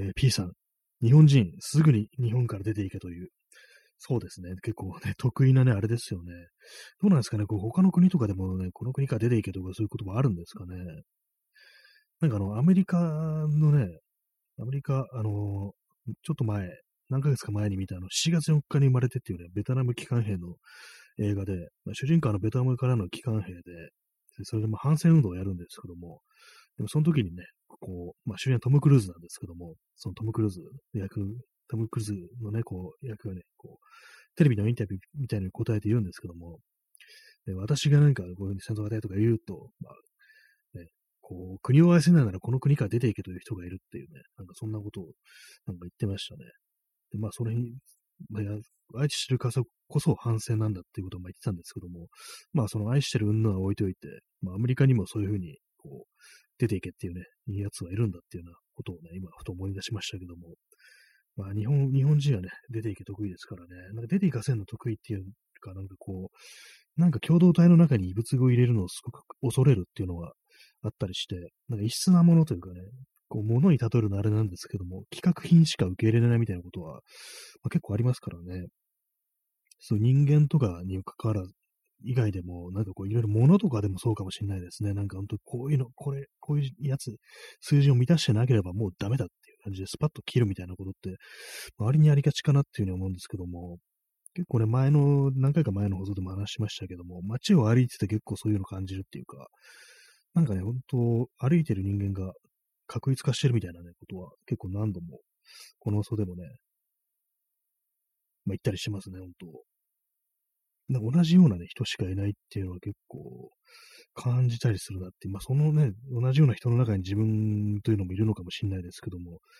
えー、P さん、日本人、すぐに日本から出ていけという。そうですね、結構ね、得意なね、あれですよね。どうなんですかね、こう他の国とかでもね、この国から出ていけとかそういうこともあるんですかね。なんかあの、アメリカのね、アメリカ、あのーちょっと前、何ヶ月か前に見たあの、しちがつよっかに生まれてっていうね、ベトナム機関兵の映画で、まあ、主人公はあのベトナムからの機関兵で、でそれでまあ反戦運動をやるんですけども、でもその時にね、こう、まあ主演はトム・クルーズなんですけども、そのトム・クルーズの役、トム・クルーズのね、こう、役がね、こう、テレビのインタビューみたいに答えて言うんですけども、で私がなんかこういうふうに戦争がたいとか言うと、まあ、ね、こう、国を愛せないならこの国から出ていけという人がいるっていうね、なんかそんなことをなんか言ってましたね。で、まあそれに、まあ、愛してる方こそ反戦なんだっていうことをまあ言ってたんですけども、まあその愛してる云々は置いといて、まあアメリカにもそういうふうに、こう、出ていけっていうね、いいやつはいるんだっていうようなことをね、今ふと思い出しましたけども、まあ日本、日本人はね、出ていけ得意ですからね、なんか出ていかせるの得意っていうか、なんかこう、なんか共同体の中に異物を入れるのをすごく恐れるっていうのがあったりして、なんか異質なものというかね、こう、物に例えるのあれなんですけども、規格品しか受け入れれないみたいなことは、まあ、結構ありますからね。そう人間とかに関わらず、以外でも、なんかこう、いろいろ物とかでもそうかもしれないですね。なんか本当、こういうの、これ、こういうやつ、数字を満たしてなければもうダメだっていう感じでスパッと切るみたいなことって、周りにありがちかなっていうふうに思うんですけども、結構ね、前の、何回か前の放送でも話しましたけども、街を歩いてて結構そういうの感じるっていうか、なんかね、本当歩いてる人間が確率化してるみたいなね、ことは結構何度も、この放送でもね、まあ、言ったりしますね、本当。なんか同じようなね、人しかいないっていうのは結構感じたりするなって、まあ、そのね、同じような人の中に自分というのもいるのかもしれないですけども、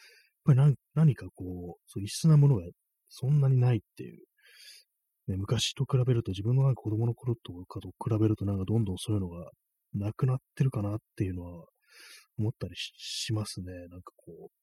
ぱり何何かこう、そう異質なものがそんなにないっていう、ね、昔と比べると、自分のなんか子供の頃とかと比べると、なんかどんどんそういうのがなくなってるかなっていうのは思ったりししますね。なんかこう、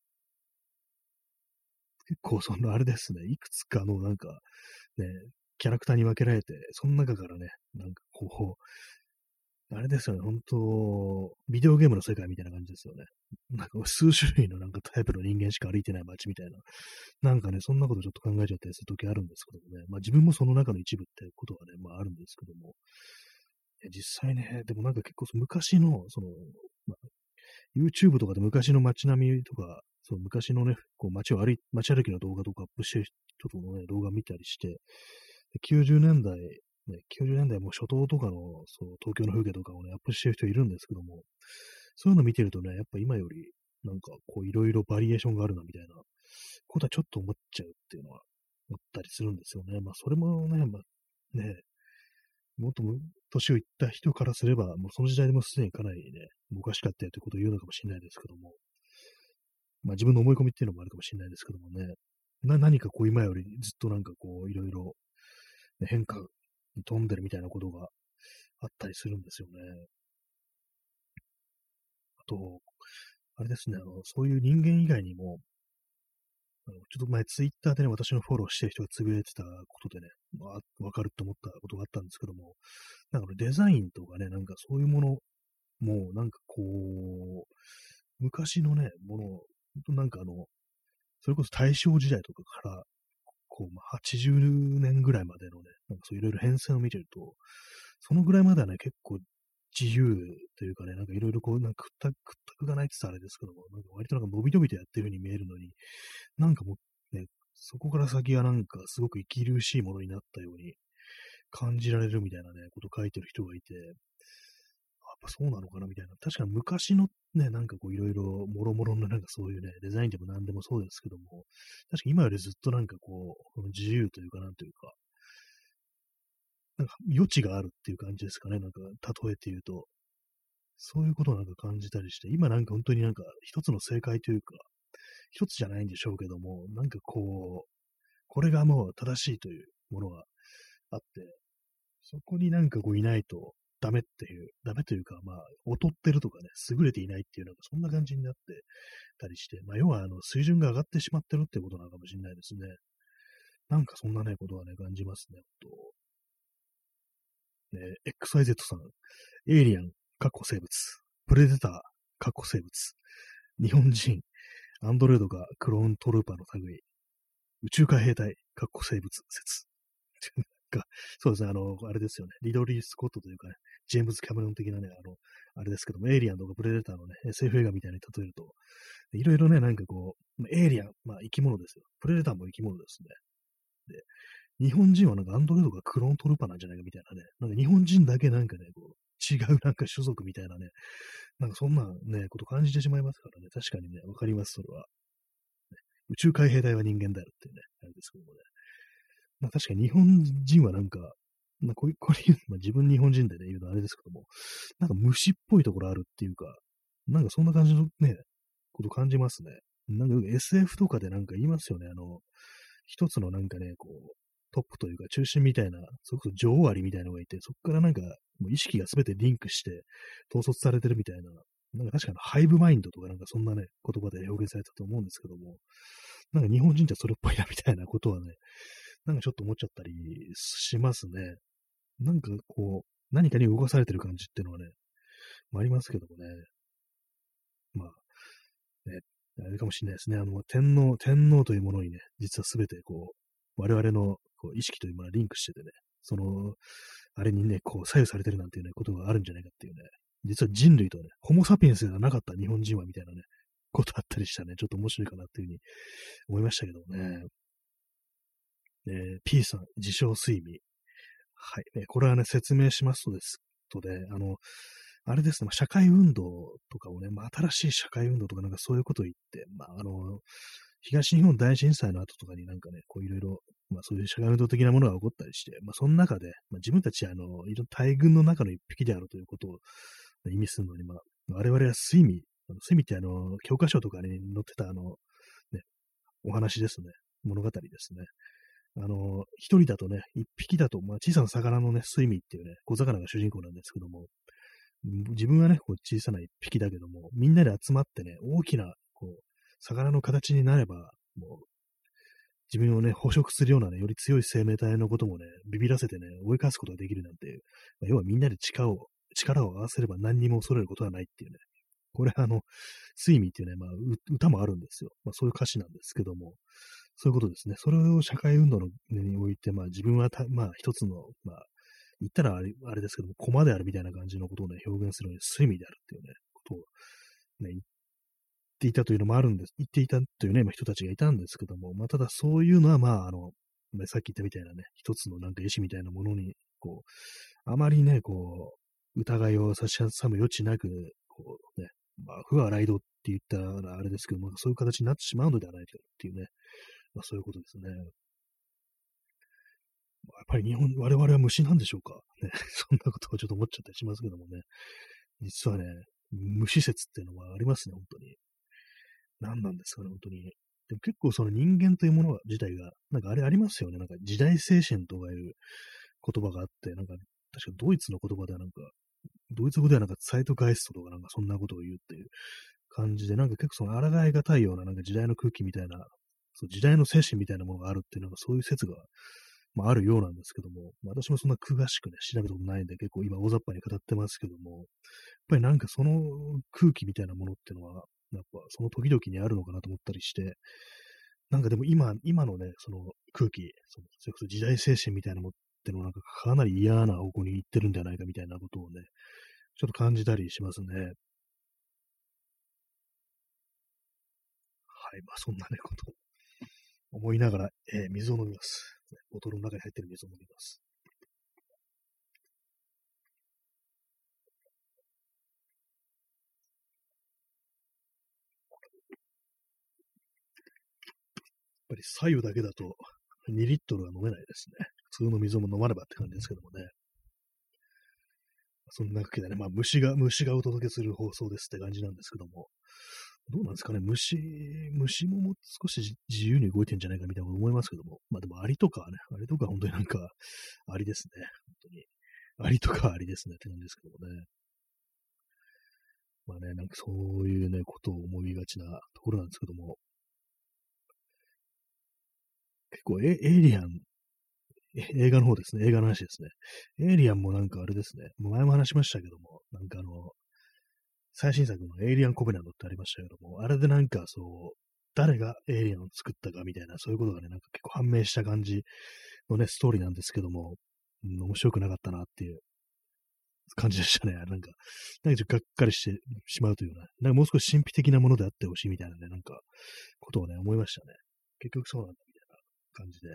結構そのあれですね、いくつかのなんか、ね、キャラクターに分けられて、その中からね、なんかこう、あれですよね、本当ビデオゲームの世界みたいな感じですよね。なんか数種類のなんかタイプの人間しか歩いてない街みたいな。なんかね、そんなことちょっと考えちゃったりするときあるんですけどもね。まあ自分もその中の一部ってことはね、まああるんですけども。いや実際ね、でもなんか結構昔の、その、まあ、YouTube とかで昔の街並みとか、その昔のね、こう街を歩い、街歩きの動画とかアップしてる人とのね、動画見たりして、できゅうじゅうねんだい、ね、きゅうじゅうねんだいもう初頭とかの、そう、東京の風景とかをね、アップしてる人いるんですけども、そういうの見てるとね、やっぱ今より、なんかこういろいろバリエーションがあるなみたいなことはちょっと思っちゃうっていうのは思ったりするんですよね。まあそれもね、まあね、もっとも年をいった人からすれば、もうその時代でもすでにかなりね、昔かったよということを言うのかもしれないですけども、まあ自分の思い込みっていうのもあるかもしれないですけどもね、な、何かこう今よりずっとなんかこういろいろ変化に富んでるみたいなことがあったりするんですよね。あと、あれですね、あの、そういう人間以外にも、あのちょっと前ツイッターでね、私のフォローしてる人がつぶやいてたことでね、まあ、わかると思ったことがあったんですけども、なんかデザインとかね、なんかそういうものも、なんかこう、昔のね、もの、ほんとなんかあの、それこそ大正時代とかから、こう、まあ、はちじゅうねんぐらいまでのね、なんかそういろいろ変遷を見てると、そのぐらいまではね、結構自由というかね、なんかいろいろこう、なんか屈託、屈託がないって言ったらあれですけども、なんか割となんか伸び伸びとやってる風に見えるのに、なんかもうね、そこから先はなんかすごく息苦しいものになったように感じられるみたいなね、ことを書いてる人がいて、やっぱそうなのかなみたいな。確かに昔のね、なんかこういろいろ、もろもろのなんかそういうね、デザインでも何でもそうですけども、確かに今よりずっとなんかこう、この自由というかなんというか、なんか余地があるっていう感じですかね。なんか例えて言うと、そういうことをなんか感じたりして、今なんか本当になんか一つの正解というか、一つじゃないんでしょうけども、なんかこう、これがもう正しいというものがあって、そこになんかこういないとダメっていう、ダメというか、まあ、劣ってるとかね、優れていないっていう、なんかそんな感じになってたりして、まあ、要はあの水準が上がってしまってるってことなのかもしれないですね。なんかそんなね、ことはね、感じますね。とね、エックスワイゼット さん、エイリアン、カッコ生物、プレデター、カッコ生物、日本人、アンドロイドがクローントルーパーの類、宇宙海兵隊、カッコ生物説。か、そうですね、あの、あれですよね、リドリー・スコットというかね、ジェームズ・キャメロン的なね、あの、あれですけども、エイリアンとかプレデターのね、エスエフ 映画みたいに例えると、いろいろね、なんかこう、エイリアン、まあ生き物ですよ。プレデターも生き物ですね。で、日本人はなんかアンドロイドがクローントルーパーなんじゃないかみたいなね、なんか日本人だけなんかね、こう、違うなんか種族みたいなね、なんかそんなね、こと感じてしまいますからね、確かにね、わかります、それは。宇宙海兵隊は人間だよっていうね、あれですけどもね。まあ確かに日本人はなんか、まあこういう、これ言う、まあ自分日本人でね、言うのはあれですけども、なんか虫っぽいところあるっていうか、なんかそんな感じのね、こと感じますね。なんか エスエフ とかでなんか言いますよね、あの、一つのなんかね、こう、トップというか中心みたいな、それこそ女王アリみたいなのがいて、そこからなんか、もう意識がすべてリンクして統率されてるみたいな、なんか確かにハイブマインドとかなんかそんなね、言葉で表現されたと思うんですけども、なんか日本人ってそれっぽいなみたいなことはね、なんかちょっと思っちゃったりしますね。なんかこう、何かに動かされてる感じっていうのはね、まあ、ありますけどもね。まあ、ね、あれかもしれないですね。あの、天皇、天皇というものにね、実はすべてこう、我々のこう意識というものはリンクしててね、その、あれにね、こう、左右されてるなんていうね、ことがあるんじゃないかっていうね、実は人類とね、ホモ・サピエンスではなかった日本人はみたいなね、ことあったりしたね、ちょっと面白いかなっていうふうに思いましたけどもね。えー、P さん、自称睡眠。はい。えーこれはね、説明しますとです。とで、あの、あれですね、まあ、社会運動とかをね、まあ、新しい社会運動とかなんかそういうことを言って、まあ、あの、東日本大震災の後とかになんかね、こういろいろ、まあそういう社会運動的なものが起こったりして、まあその中で、まあ自分たちあの、いろいろ大軍の中の一匹であるということを意味するのに、まあ、我々は睡眠、あの睡眠ってあの、教科書とかに載ってたあの、 お話ですね。物語ですね。あの、一人だとね、一匹だと、まあ、小さな魚のね、スイミーっていうね、小魚が主人公なんですけども、自分はね、こう小さな一匹だけども、みんなで集まってね、大きな、こう、魚の形になれば、もう、自分をね、捕食するようなね、より強い生命体のこともね、ビビらせてね、追い返すことができるなんていう、まあ、要はみんなで力を、力を合わせれば何にも恐れることはないっていうね、これあの、スイミーっていうね、まあ、歌もあるんですよ。まあ、そういう歌詞なんですけども、そういうことですね。それを社会運動のにおいて、まあ、自分はた、まあ、一つの、まあ、言ったらあれあれですけども、駒であるみたいな感じのことをね、表現するのに、スイミーであるっていうね、ことをね、言っていたというのもあるんです。言っていたというね、まあ、人たちがいたんですけども、まあ、ただそういうのは、まあ、あの、まあさっき言ったみたいなね、一つのなんか意志みたいなものに、こう、あまりね、こう、疑いを差し挟む余地なく、こうね、まあ、不和ライドって言ったらあれですけども、そういう形になってしまうのではないかっていうね、まあ、そういうことですね。やっぱり日本、我々は虫なんでしょうかね。そんなことをちょっと思っちゃったりしますけどもね。実はね、虫説っていうのはありますね、本当に。何なんですかね、本当に。でも結構その人間というもの自体が、なんかあれありますよね。なんか時代精神とかいう言葉があって、なんか確かドイツの言葉ではなんか、ドイツ語ではなんかサイトガイストとかなんかそんなことを言うっていう感じで、なんか結構その抗いがたいようななんか時代の空気みたいな、そう時代の精神みたいなものがあるっていう、なんかそういう説がまあ、あるようなんですけども、まあ、私もそんな詳しくね、調べたことないんで、結構今大雑把に語ってますけども、やっぱりなんかその空気みたいなものっていうのは、やっぱその時々にあるのかなと思ったりして、なんかでも今、今のね、その空気、そのそれこそ時代精神みたいなものってのはなんかかなり嫌な方向に行ってるんじゃないかみたいなことをね、ちょっと感じたりしますね。はい、まあそんなね、ことを思いながら、えー水を飲みます。ボトルの中に入ってる水を飲みます。ぱり左右だけだとにリットルは飲めないですね。普通の水も飲まねばって感じですけどもね。そんなわけでね、まあ虫が、虫がお届けする放送ですって感じなんですけども。どうなんですかね、虫、虫ももう少し自由に動いてんじゃないかみたいなこと思いますけども。まあでもアリとかはね、アリとかは本当になんか、アリですね。本当に。アリとかはアリですねって感じですけどもね。まあね、なんかそういうね、ことを思いがちなところなんですけども。結構エ、エイリアンえ映画の方ですね。映画の話ですね。エイリアンもなんかあれですね。もう前も話しましたけども、なんかあの、最新作のエイリアンコベナントってありましたけども、あれでなんかそう、誰がエイリアンを作ったかみたいな、そういうことがね、なんか結構判明した感じのね、ストーリーなんですけども、うん、面白くなかったなっていう感じでしたね。なんか、なんかちょっとがっかりしてしまうというような、なんかもう少し神秘的なものであってほしいみたいなね、なんか、ことをね、思いましたね。結局そうなんだみたいな感じで。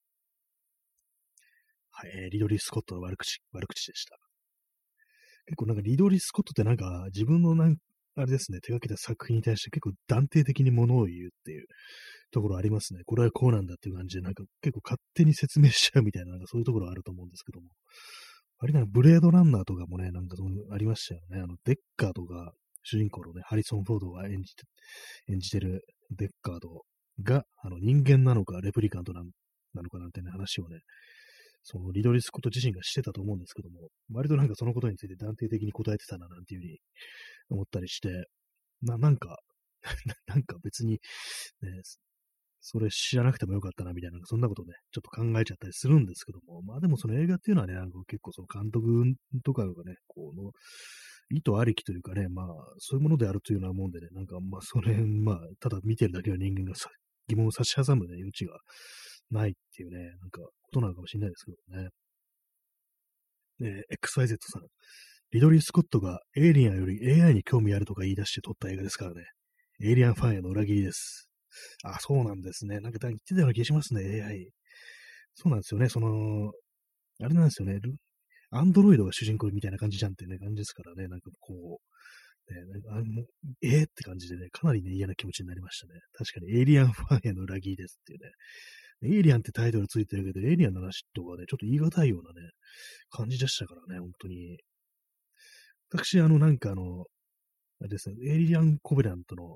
はい、えーリドリー・スコットの悪口、悪口でした。結構なんかリドリー・スコットってなんか自分のなんあれですね、手掛けた作品に対して結構断定的にものを言うっていうところありますね。これはこうなんだっていう感じで、なんか結構勝手に説明しちゃうみたいな、なんかそういうところあると思うんですけども。あれなんかブレードランナーとかもね、なんかそういうのありましたよね。あの、デッカーとか、主人公のね、ハリソン・フォードが演じて、演じてるデッカードが、あの、人間なのか、レプリカントななのかなんてね、話をね、そのリドリー・スコット自身がしてたと思うんですけども、割となんかそのことについて断定的に答えてたな、なんていうふうに思ったりして、な、なんか、なんか別に、ね、それ知らなくてもよかったな、みたいな、そんなことをね、ちょっと考えちゃったりするんですけども、まあでもその映画っていうのはね、なんか結構その監督とかがね、この、意図ありきというかね、まあ、そういうものであるというようなもんでね、なんかまあ、それ、まあ、ただ見てるだけの人間がさ疑問を差し挟むね、余地がないっていうね、なんか、ことなのかもしれないですけどね。えー エックスワイゼット さん。リドリー・スコットがエイリアンより エーアイ に興味あるとか言い出して撮った映画ですからね。エイリアンファンへの裏切りです。あ、そうなんですね。なんか言ってたような気がしますね、エーアイ。そうなんですよね。その、あれなんですよね。アンドロイドが主人公みたいな感じじゃんってね、感じですからね。なんかこう、ね、なんかあもうえー、って感じでね、かなりね、嫌な気持ちになりましたね。確かにエイリアンファンへの裏切りですっていうね。エイリアンってタイトルついてるけど、エイリアンの話とかね、ちょっと言い難いようなね、感じでしたからね、本当に。私、あの、なんかあの、あれですね、エイリアンコベラントの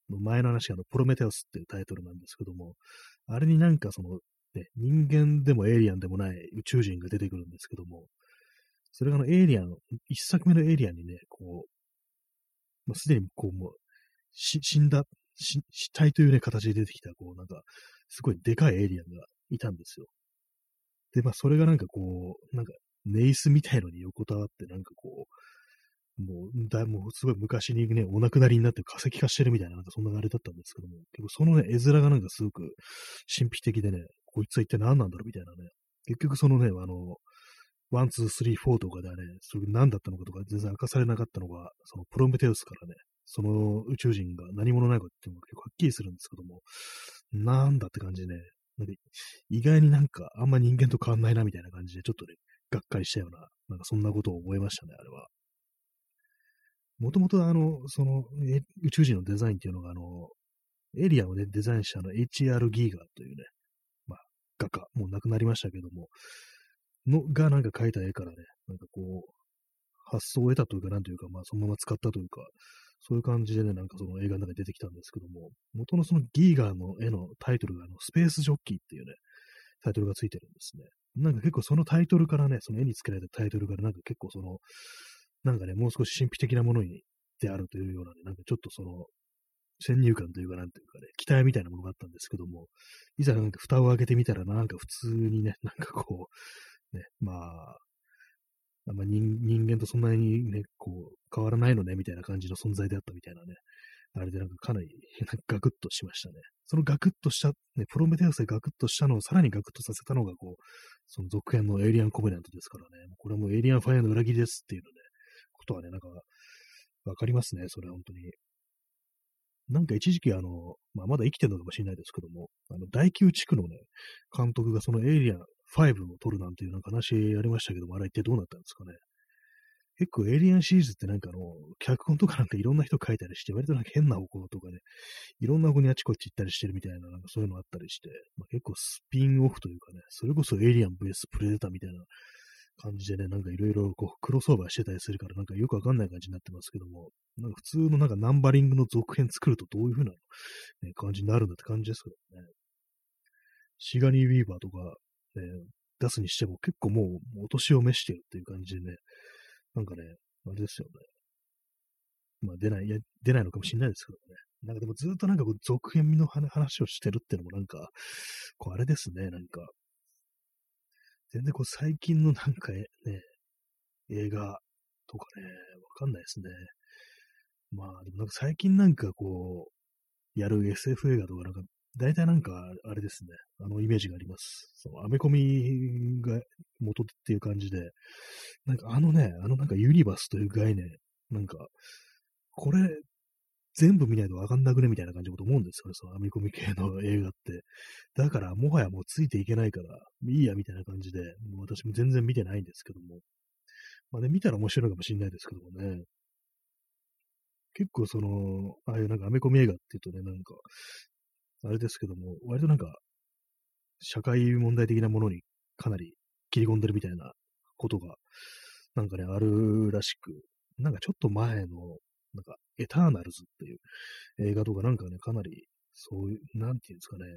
の前の話があの、プロメテウスっていうタイトルなんですけども、あれになんかその、ね、人間でもエイリアンでもない宇宙人が出てくるんですけども、それがあのエイリアン、一作目のエイリアンにね、こう、まあ、すでにこうもう、し死んだ、し死体というね、形で出てきた、こう、なんか、すごいでかいエイリアンがいたんですよ。で、まあ、それがなんかこう、なんか、ネイスみたいのに横たわって、なんかこう、もう、だもうすごい昔にね、お亡くなりになって化石化してるみたいな、なんかそんなあれだったんですけども、結構そのね、絵面がなんかすごく神秘的でね、こいつは一体何なんだろうみたいなね、結局そのね、あの、ワン、ツー、スリー、フォーとかではね、それ何だったのかとか全然明かされなかったのが、そのプロメテウスからね、その宇宙人が何者なのかっていうのが結構はっきりするんですけども、なんだって感じでね、なんか意外になんかあんま人間と変わんないなみたいな感じで、ちょっとね、がっかりしたような、なんかそんなことを思いましたね、あれは。もともとあの、その、え宇宙人のデザインっていうのが、あの、エイリアンをね、デザインしたあの エイチアール ギーガーというね、まあ、画家、もう亡くなりましたけども、のがなんか描いた絵からね、なんかこう、発想を得たというか、なんというか、まあ、そのまま使ったというか、そういう感じでね、なんかその映画の中に出てきたんですけども、元のそのギーガーの絵のタイトルが、あの、スペースジョッキーっていうね、タイトルがついてるんですね。なんか結構そのタイトルからね、その絵に付けられたタイトルからなんか結構その、なんかね、もう少し神秘的なものにであるというようなね、なんかちょっとその、先入観というか、なんていうかね、期待みたいなものがあったんですけども、いざなんか蓋を開けてみたら、なんか普通にね、なんかこう、ね、まあ、あんま人人間とそんなにね、こう、変わらないのね、みたいな感じの存在であったみたいなね、あれでなんかかなりなんかガクッとしましたね。そのガクッとした、ね、プロメテウスでガクッとしたのをさらにガクッとさせたのが、こう、その続編のエイリアンコベナントですからね、これはもうエイリアンファイアの裏切りですっていうのね、ことはね、なんか、わかりますね、それは本当に。なんか一時期あの、まあ、まだ生きてるのかもしれないですけども、あの、大宮地区のね、監督がそのエイリアンファイブを撮るなんていうなんか話ありましたけども、あれ一体どうなったんですかね。結構エイリアンシリーズってなんかあの、脚本とかなんかいろんな人書いたりして、割となんか変な方向とかね、いろんな方にあちこち行ったりしてるみたいな、なんかそういうのあったりして、まあ、結構スピンオフというかね、それこそエイリアン ブイエス プレデターみたいな感じでね、なんかいろいろこう、クロスオーバーしてたりするから、なんかよくわかんない感じになってますけども、なんか普通のなんかナンバリングの続編作るとどういう風な、ね、感じになるんだって感じですけどね。シガニー・ウィーバーとか、ね、出すにしても結構もうお年を召してるっていう感じでね、なんかね、あれですよね。まあ出ない、いや、出ないのかもしれないですけどね。なんかでもずっとなんかこう続編の話をしてるっていうのもなんか、こうあれですね、なんか、全然こう最近のなんかね、映画とかね、わかんないですね。まあでもなんか最近なんかこう、やる エスエフ 映画とかなんか、大体なんかあれですね、あのイメージがあります。そのアメコミが元っていう感じで、なんかあのね、あのなんかユニバースという概念、なんか、これ全部見ないとわかんなくねみたいな感じのこと思うんですよね、そのアメコミ系の映画って。だからもはやもうついていけないから、いいやみたいな感じで、もう私も全然見てないんですけども。まあね、見たら面白いかもしれないですけどもね。結構その、ああいうなんかアメコミ映画っていうとね、なんか、あれですけども、割となんか、社会問題的なものにかなり切り込んでるみたいなことが、なんかね、あるらしく、なんかちょっと前の、なんか、エターナルズっていう映画とかなんかね、かなり、そういう、なんていうんですかね、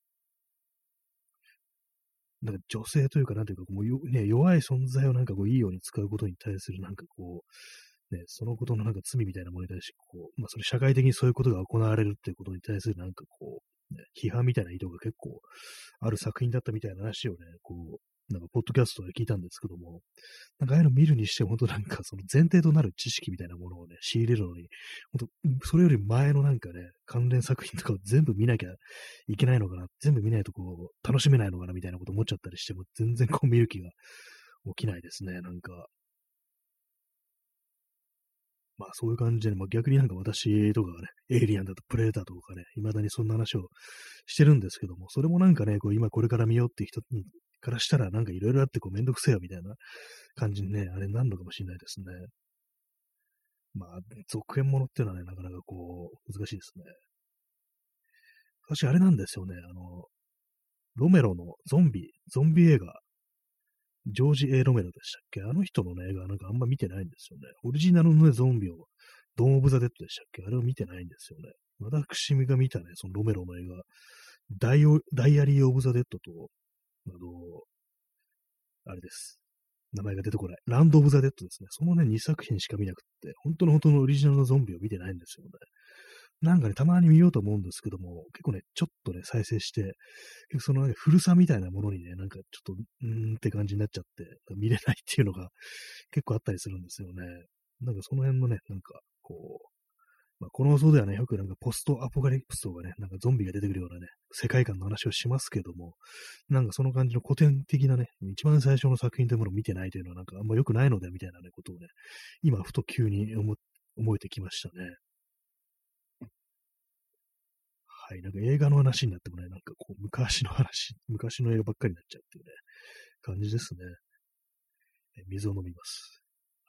なんか女性というか、なんていうか、もうよ、ね、弱い存在をなんかこう、いいように使うことに対する、なんかこう、ね、そのことのなんか罪みたいなものに対して、こう、まあ、それ社会的にそういうことが行われるっていうことに対するなんかこう、ね、批判みたいな意図が結構ある作品だったみたいな話をね、こう、なんか、ポッドキャストで聞いたんですけども、なんか、ああいうの見るにして、本当なんか、その前提となる知識みたいなものをね、仕入れるのに、本当それより前のなんかね、関連作品とかを全部見なきゃいけないのかな、全部見ないとこう、楽しめないのかな、みたいなこと思っちゃったりしても、全然こう見る気が起きないですね、なんか。まあそういう感じで、まあ逆になんか私とかがね、エイリアンだとプレデターとかね、未だにそんな話をしてるんですけども、それもなんかね、こう今これから見ようっていう人にからしたらなんかいろいろあってこうめんどくせえよみたいな感じにね、あれになるのかもしれないですね。まあ続編ものっていうのはね、なかなかこう難しいですね。私あれなんですよね、あの、ロメロのゾンビ、ゾンビ映画、ジョージ・エー・ロメロでしたっけ、あの人の、ね、映画なんかあんま見てないんですよね。オリジナルの、ね、ゾンビを、ドーン・オブ・ザ・デッドでしたっけ、あれを見てないんですよね。 私が見たね、そのロメロの映画、ダイオ、ダイアリー・オブ・ザ・デッドと、あの、あれです。名前が出てこない。ランド・オブ・ザ・デッドですね。そのね、にさく品しか見なくって、本当の本当のオリジナルのゾンビを見てないんですよね。なんかね、たまに見ようと思うんですけども、結構ね、ちょっとね、再生して、結構そのね、古さみたいなものにね、なんかちょっと、うーんって感じになっちゃって、見れないっていうのが結構あったりするんですよね。なんかその辺のね、なんか、こう、まあ、この放送ではね、よくなんかポストアポカリプスとかね、なんかゾンビが出てくるようなね、世界観の話をしますけども、なんかその感じの古典的なね、一番最初の作品というものを見てないというのはなんかあんま良くないので、みたいなね、ことをね、今ふと急に思思えてきましたね。はい、なんか映画の話になってもね、なんかこう昔の話、昔の映画ばっかりになっちゃうっていうね、感じですね。え水を飲みます。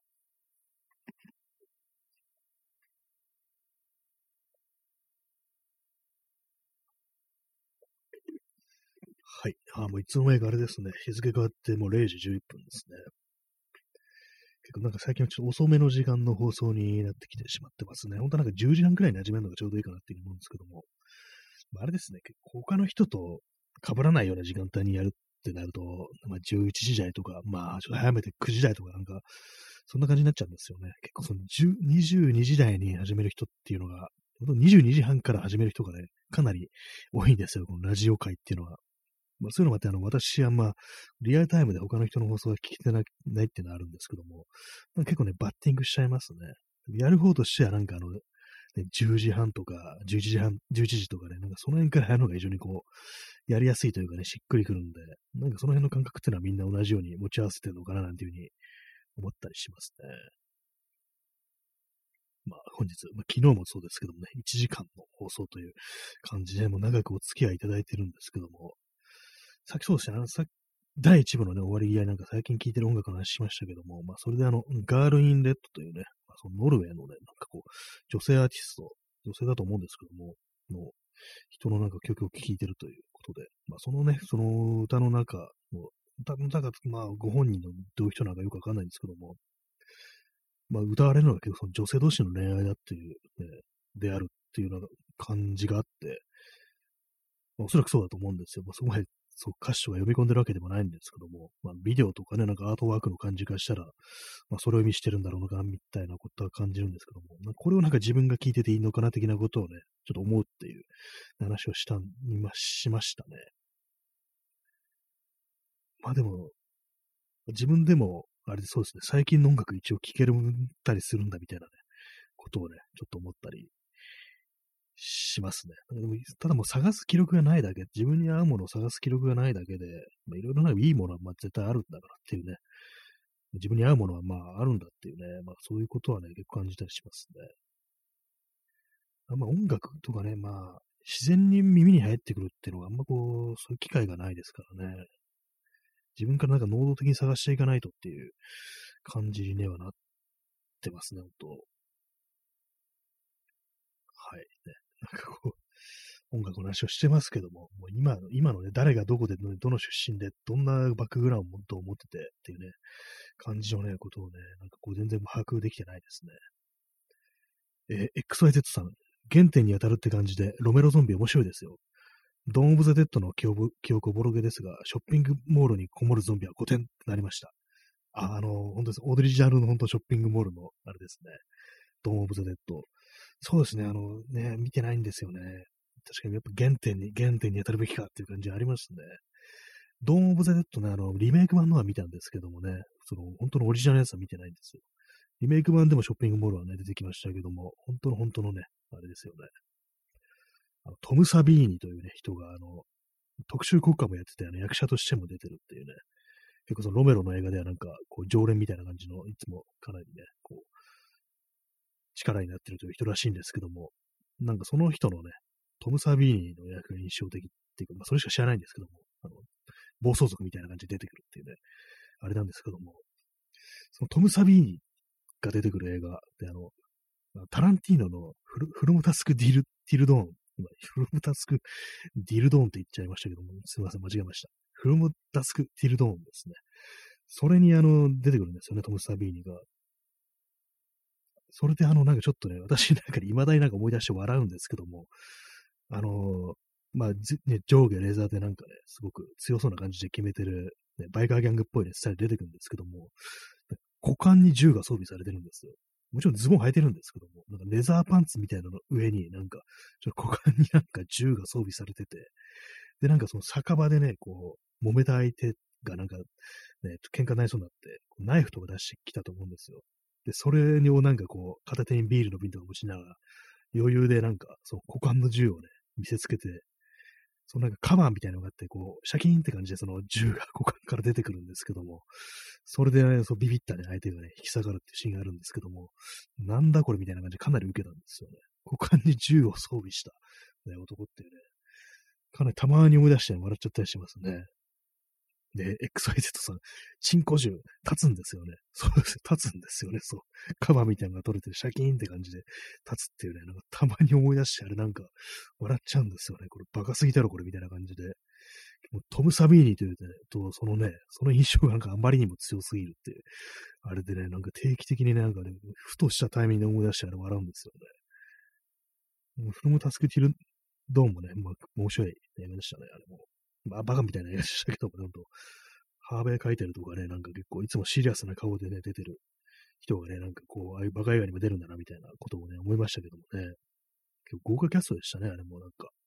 はい。あ、もういつの間にかあれですね。日付変わってもうれいじじゅういっぷんですね。結構なんか最近はちょっと遅めの時間の放送になってきてしまってますね。本当はなんかじゅうじはんくらいに始めるのがちょうどいいかなっていうふうに思うんですけども、まあ、あれですね、結構他の人と被らないような時間帯にやるってなると、まあ、じゅういちじ台とか、まあ、ちょっと早めてくじ台とかなんか、そんな感じになっちゃうんですよね。結構そのにじゅうにじ台に始める人っていうのが、にじゅうにじはんから始める人がね、かなり多いんですよ、このラジオ界っていうのは。まあ、そういうのもあって、あの、私はまあ、リアルタイムで他の人の放送が聞けてなないっていうのはあるんですけども、まあ、結構ね、バッティングしちゃいますね。やる方としてはなんかあの、ね、じゅうじはんとか、じゅういちじはん、じゅういちじとかね、なんかその辺からやるのが非常にこう、やりやすいというかね、しっくりくるんで、なんかその辺の感覚っていうのはみんな同じように持ち合わせてるのかななんていうふうに思ったりしますね。まあ本日、まあ、昨日もそうですけどもね、いちじかんの放送という感じで、もう長くお付き合いいただいてるんですけども、さっきそうですね、あの、さだいいち部のね、終わり際なんか最近聴いてる音楽の話しましたけども、まあそれであの、ガール・イン・レッドというね、まあ、そのノルウェーのね、なんかこう、女性アーティスト、女性だと思うんですけども、の人のなんか曲を聴いてるということで、まあそのね、その歌の中の、歌の中、まあご本人のどういう人なのかよくわかんないんですけども、まあ歌われるのは結構その女性同士の恋愛だっていう、ね、であるっていうような感じがあって、まあ、おそらくそうだと思うんですよ。まあ、そこまでそう歌詞とか読み込んでるわけでもないんですけども、まあ、ビデオとかね、なんかアートワークの感じがしたら、まあ、それを意味してるんだろうな、みたいなことは感じるんですけども、まあ、これをなんか自分が聞いてていいのかな、的なことをね、ちょっと思うっていう話をしたん、今しましたね。まあでも、自分でも、あれそうですね、最近の音楽一応聴けるたりするんだみたいなね、ことをね、ちょっと思ったりしますね。でもただもう探す記録がないだけ、自分に合うものを探す記録がないだけで、まあ、いろいろないいものはまあ絶対あるんだからっていうね、自分に合うものはまああるんだっていうね、まあそういうことはね、結構感じたりしますね。あんま音楽とかね、まあ自然に耳に入ってくるっていうのはあんまこう、そういう機会がないですからね。自分からなんか能動的に探していかないとっていう感じにねはなってますね、本当。はい。ね、なんかこう、音楽の話をしてますけども、もう今の、今のね、誰がどこで、ね、どの出身で、どんなバックグラウンドを持っててっていうね、感じのね、ことをね、なんかこう全然把握できてないですね。えー、エックスワイゼット さん、原点に当たるって感じで、ロメロゾンビ面白いですよ。ドーン・オブ・ザ・デッドの記憶記憶おぼろげですが、ショッピングモールにこもるゾンビはごてんってなりました。あ、あの、本当です。オードリー・ジャンルの本当ショッピングモールの、あれですね。ドーン・オブ・ザ・デッド。そうですね、あのね、見てないんですよね。確かにやっぱ原点に、原点に当たるべきかっていう感じありますね。ドーン・オブ・ザ・デッドね、あの、リメイク版のは見たんですけどもね、その、本当のオリジナルのやつは見てないんですよ。リメイク版でもショッピングモールはね、出てきましたけども、本当の本当のね、あれですよね。あのトム・サビーニというね、人が、あの、特殊国家もやってて、あの、役者としても出てるっていうね、結構そのロメロの映画ではなんか、こう、常連みたいな感じの、いつもかなりね、こう、力になってるという人らしいんですけども、なんかその人のね、トム・サビーニの役が印象的っていうか、まあ、それしか知らないんですけども、あの、暴走族みたいな感じで出てくるっていうね、あれなんですけども、そのトム・サビーニが出てくる映画で、あの、タランティーノのフルフロムタスク・ディル、ディルドーン、今、フロムタスク・ディルドーンって言っちゃいましたけども、すみません、間違えました。フロムタスク・ディルドーンですね。それにあの、出てくるんですよね、トム・サビーニが。 それであの、なんかちょっとね、私なんか未だになんか思い出して笑うんですけども、あのーまあ、じね、上下レーザーでなんかね、すごく強そうな感じで決めてる、ね、バイカーギャングっぽいね、スタイル出てくるんですけども、股間に銃が装備されてるんですよ。もちろんズボン履いてるんですけども、なんかレザーパンツみたいなの上になんか、ちょっと股間になんか銃が装備されてて、で、なんかその酒場でね、こう、揉めた相手がなんか、ね、喧嘩になりそうになって、ナイフとか出してきたと思うんですよ。で、それをなんかこう、片手にビールの瓶とか持ちながら、余裕でなんか、その股間の銃をね、見せつけて、そのなんかカバーみたいなのがあって、こう、シャキーンって感じでその銃が股間から出てくるんですけども、それで、ね、そうビビったね、相手がね、引き下がるっていうシーンがあるんですけども、なんだこれみたいな感じでかなり受けたんですよね。股間に銃を装備した、ね、男っていうね、かなりたまに思い出して笑っちゃったりしますね。で、エックスワイゼット さん、チンコ銃、立つんですよね。そうです。立つんですよね。そう。カバーみたいなのが取れて、シャキーンって感じで立つっていうね、なんかたまに思い出して、あれなんか、笑っちゃうんですよね。これバカすぎだろ、これみたいな感じで。もうトム・サビーニというね、と、そのね、その印象がなんかあまりにも強すぎるっていう、あれでね、なんか定期的にね、なんかね、ふとしたタイミングで思い出してあれ笑うんですよね。フロム・タスク・ティル・ドーンもね、まあ、面白い映画でしたね、あれも。まあ、バカみたいな映画でしたけども、ほんと、ハーベイ書いてるとかね、なんか結構いつもシリアスな顔でね、出てる人がね、なんかこう、ああいうバカ映画にも出るんだな、みたいなことをね、思いましたけどもね。結構豪華キャストでしたね、あれもなんか。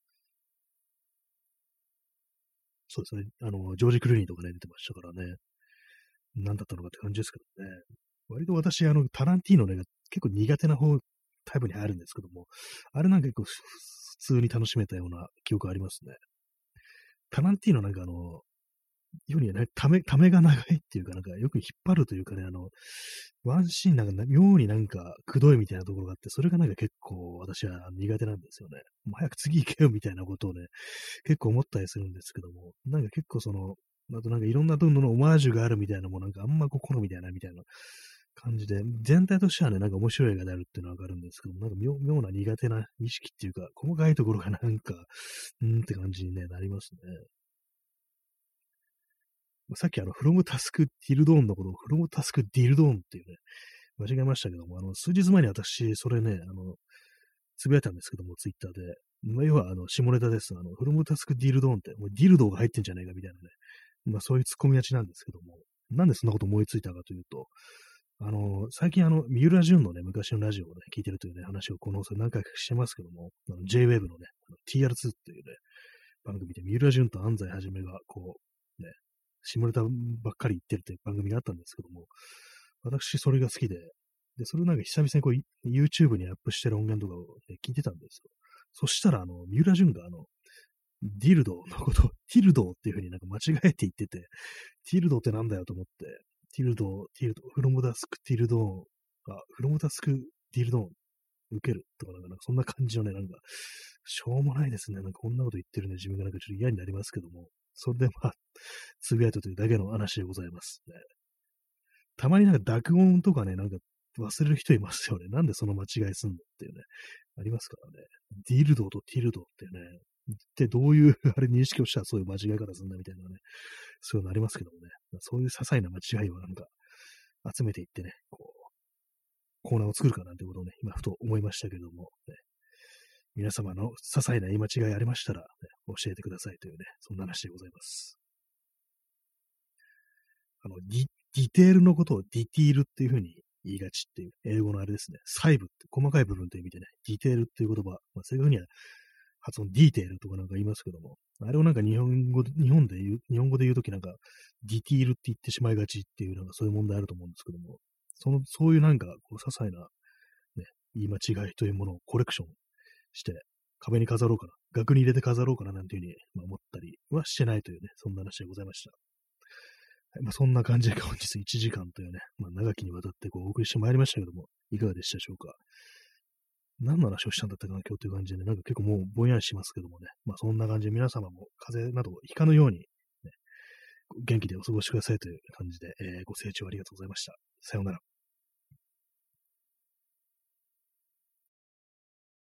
そうですね。あの、ジョージ・クルーニーとかね、出てましたからね。何だったのかって感じですけどね。割と私、あの、タランティーノの映画結構苦手な方、タイプに入るんですけども、あれなんか結構普通に楽しめたような記憶ありますね。タランティーノなんかあの、ようにね、ため、ためが長いっていうか、なんかよく引っ張るというかね、あの、ワンシーンなんか妙になんかくどいみたいなところがあって、それがなんか結構私は苦手なんですよね。もう早く次行けよみたいなことをね、結構思ったりするんですけども、なんか結構その、あとなんかいろんなどんどんオマージュがあるみたいなのもなんかあんまこう好みではないみたいな感じで、全体としてはね、なんか面白い映画であるっていうのはわかるんですけども、なんか妙妙な苦手な意識っていうか、細かいところがなんか、うーんって感じに、ね、なりますね。さっきあの、フロムタスクディルドーンのことをフロムタスクディルドーンっていうね、間違えましたけども、あの、数日前に私、それね、あの、つぶやいたんですけども、ツイッターで。まあ、要は、あの、下ネタです。あの、フロムタスクディルドーンって、もうディルドーが入ってんじゃないかみたいなね。まあ、そういう突っ込みがちなんですけども、なんでそんなこと思いついたかというと、あの、最近あの、三浦淳のね、昔のラジオをね、聞いてるというね、話をこの放送で何回かしてますけども、あの ジェイウェーブ のね、ティーアールツー っていうね、番組で三浦淳と安西はじめが、こう、ね、下ネタばっかり言ってるっていう番組があったんですけども、私それが好きで、で、それをなんか久々にこう、YouTube にアップしてる音源とかを、ね、聞いてたんですよ。そしたら、あの、三浦淳があの、ディルドのこと、ティルドーっていう風になんか間違えて言ってて、ティルドーってなんだよと思って、ティルドー、ティルドー、フロムダスクティルドーン、あ、フロムダスクディルドーン、受けるとかなんか、なんかそんな感じのね、なんか、しょうもないですね。なんかこんなこと言ってるね、自分がなんかちょっと嫌になりますけども、それでまあ、つぶやいたというだけの話でございますね。たまになんか濁音とかね、なんか忘れる人いますよね。なんでその間違いすんのっていうね、ありますからね。ディルドとティルドってね、ってどういうあれ認識をしたらそういう間違い方するんだみたいなね、そういうのありますけどもね。そういう些細な間違いをなんか集めていってね、こう、コーナーを作るかなんてことをね、今ふと思いましたけども、ね、皆様の些細な言い間違いありましたら、ね、教えてくださいというね、そんな話でございます。あの、ディ、ディテールのことをディティールっていう風に言いがちっていう、英語のあれですね。細部って、細かい部分という意味でね、ディテールっていう言葉、まあ、そういう風には発音、ディーテールとかなんか言いますけども、あれをなんか日本語、日本で言う、日本語で言うときなんか、ディティールって言ってしまいがちっていう、なんかそういう問題あると思うんですけども、その、そういうなんか、こう、些細な、ね、言い間違いというものをコレクションして、壁に飾ろうかな、額に入れて飾ろうかななんていうふうに、まあ、思ったりはしてないというね、そんな話でございました。はい、まあ、そんな感じで本日いちじかんというね、まあ、長きにわたってこうお送りしてまいりましたけども、いかがでしたでしょうか。何の話をしたんだったかな、今日という感じでね、なんか結構もうぼんやりしますけどもね、まあそんな感じで皆様も風邪などひかぬように、ね、元気でお過ごしくださいという感じで、えーご清聴ありがとうございました。さようなら。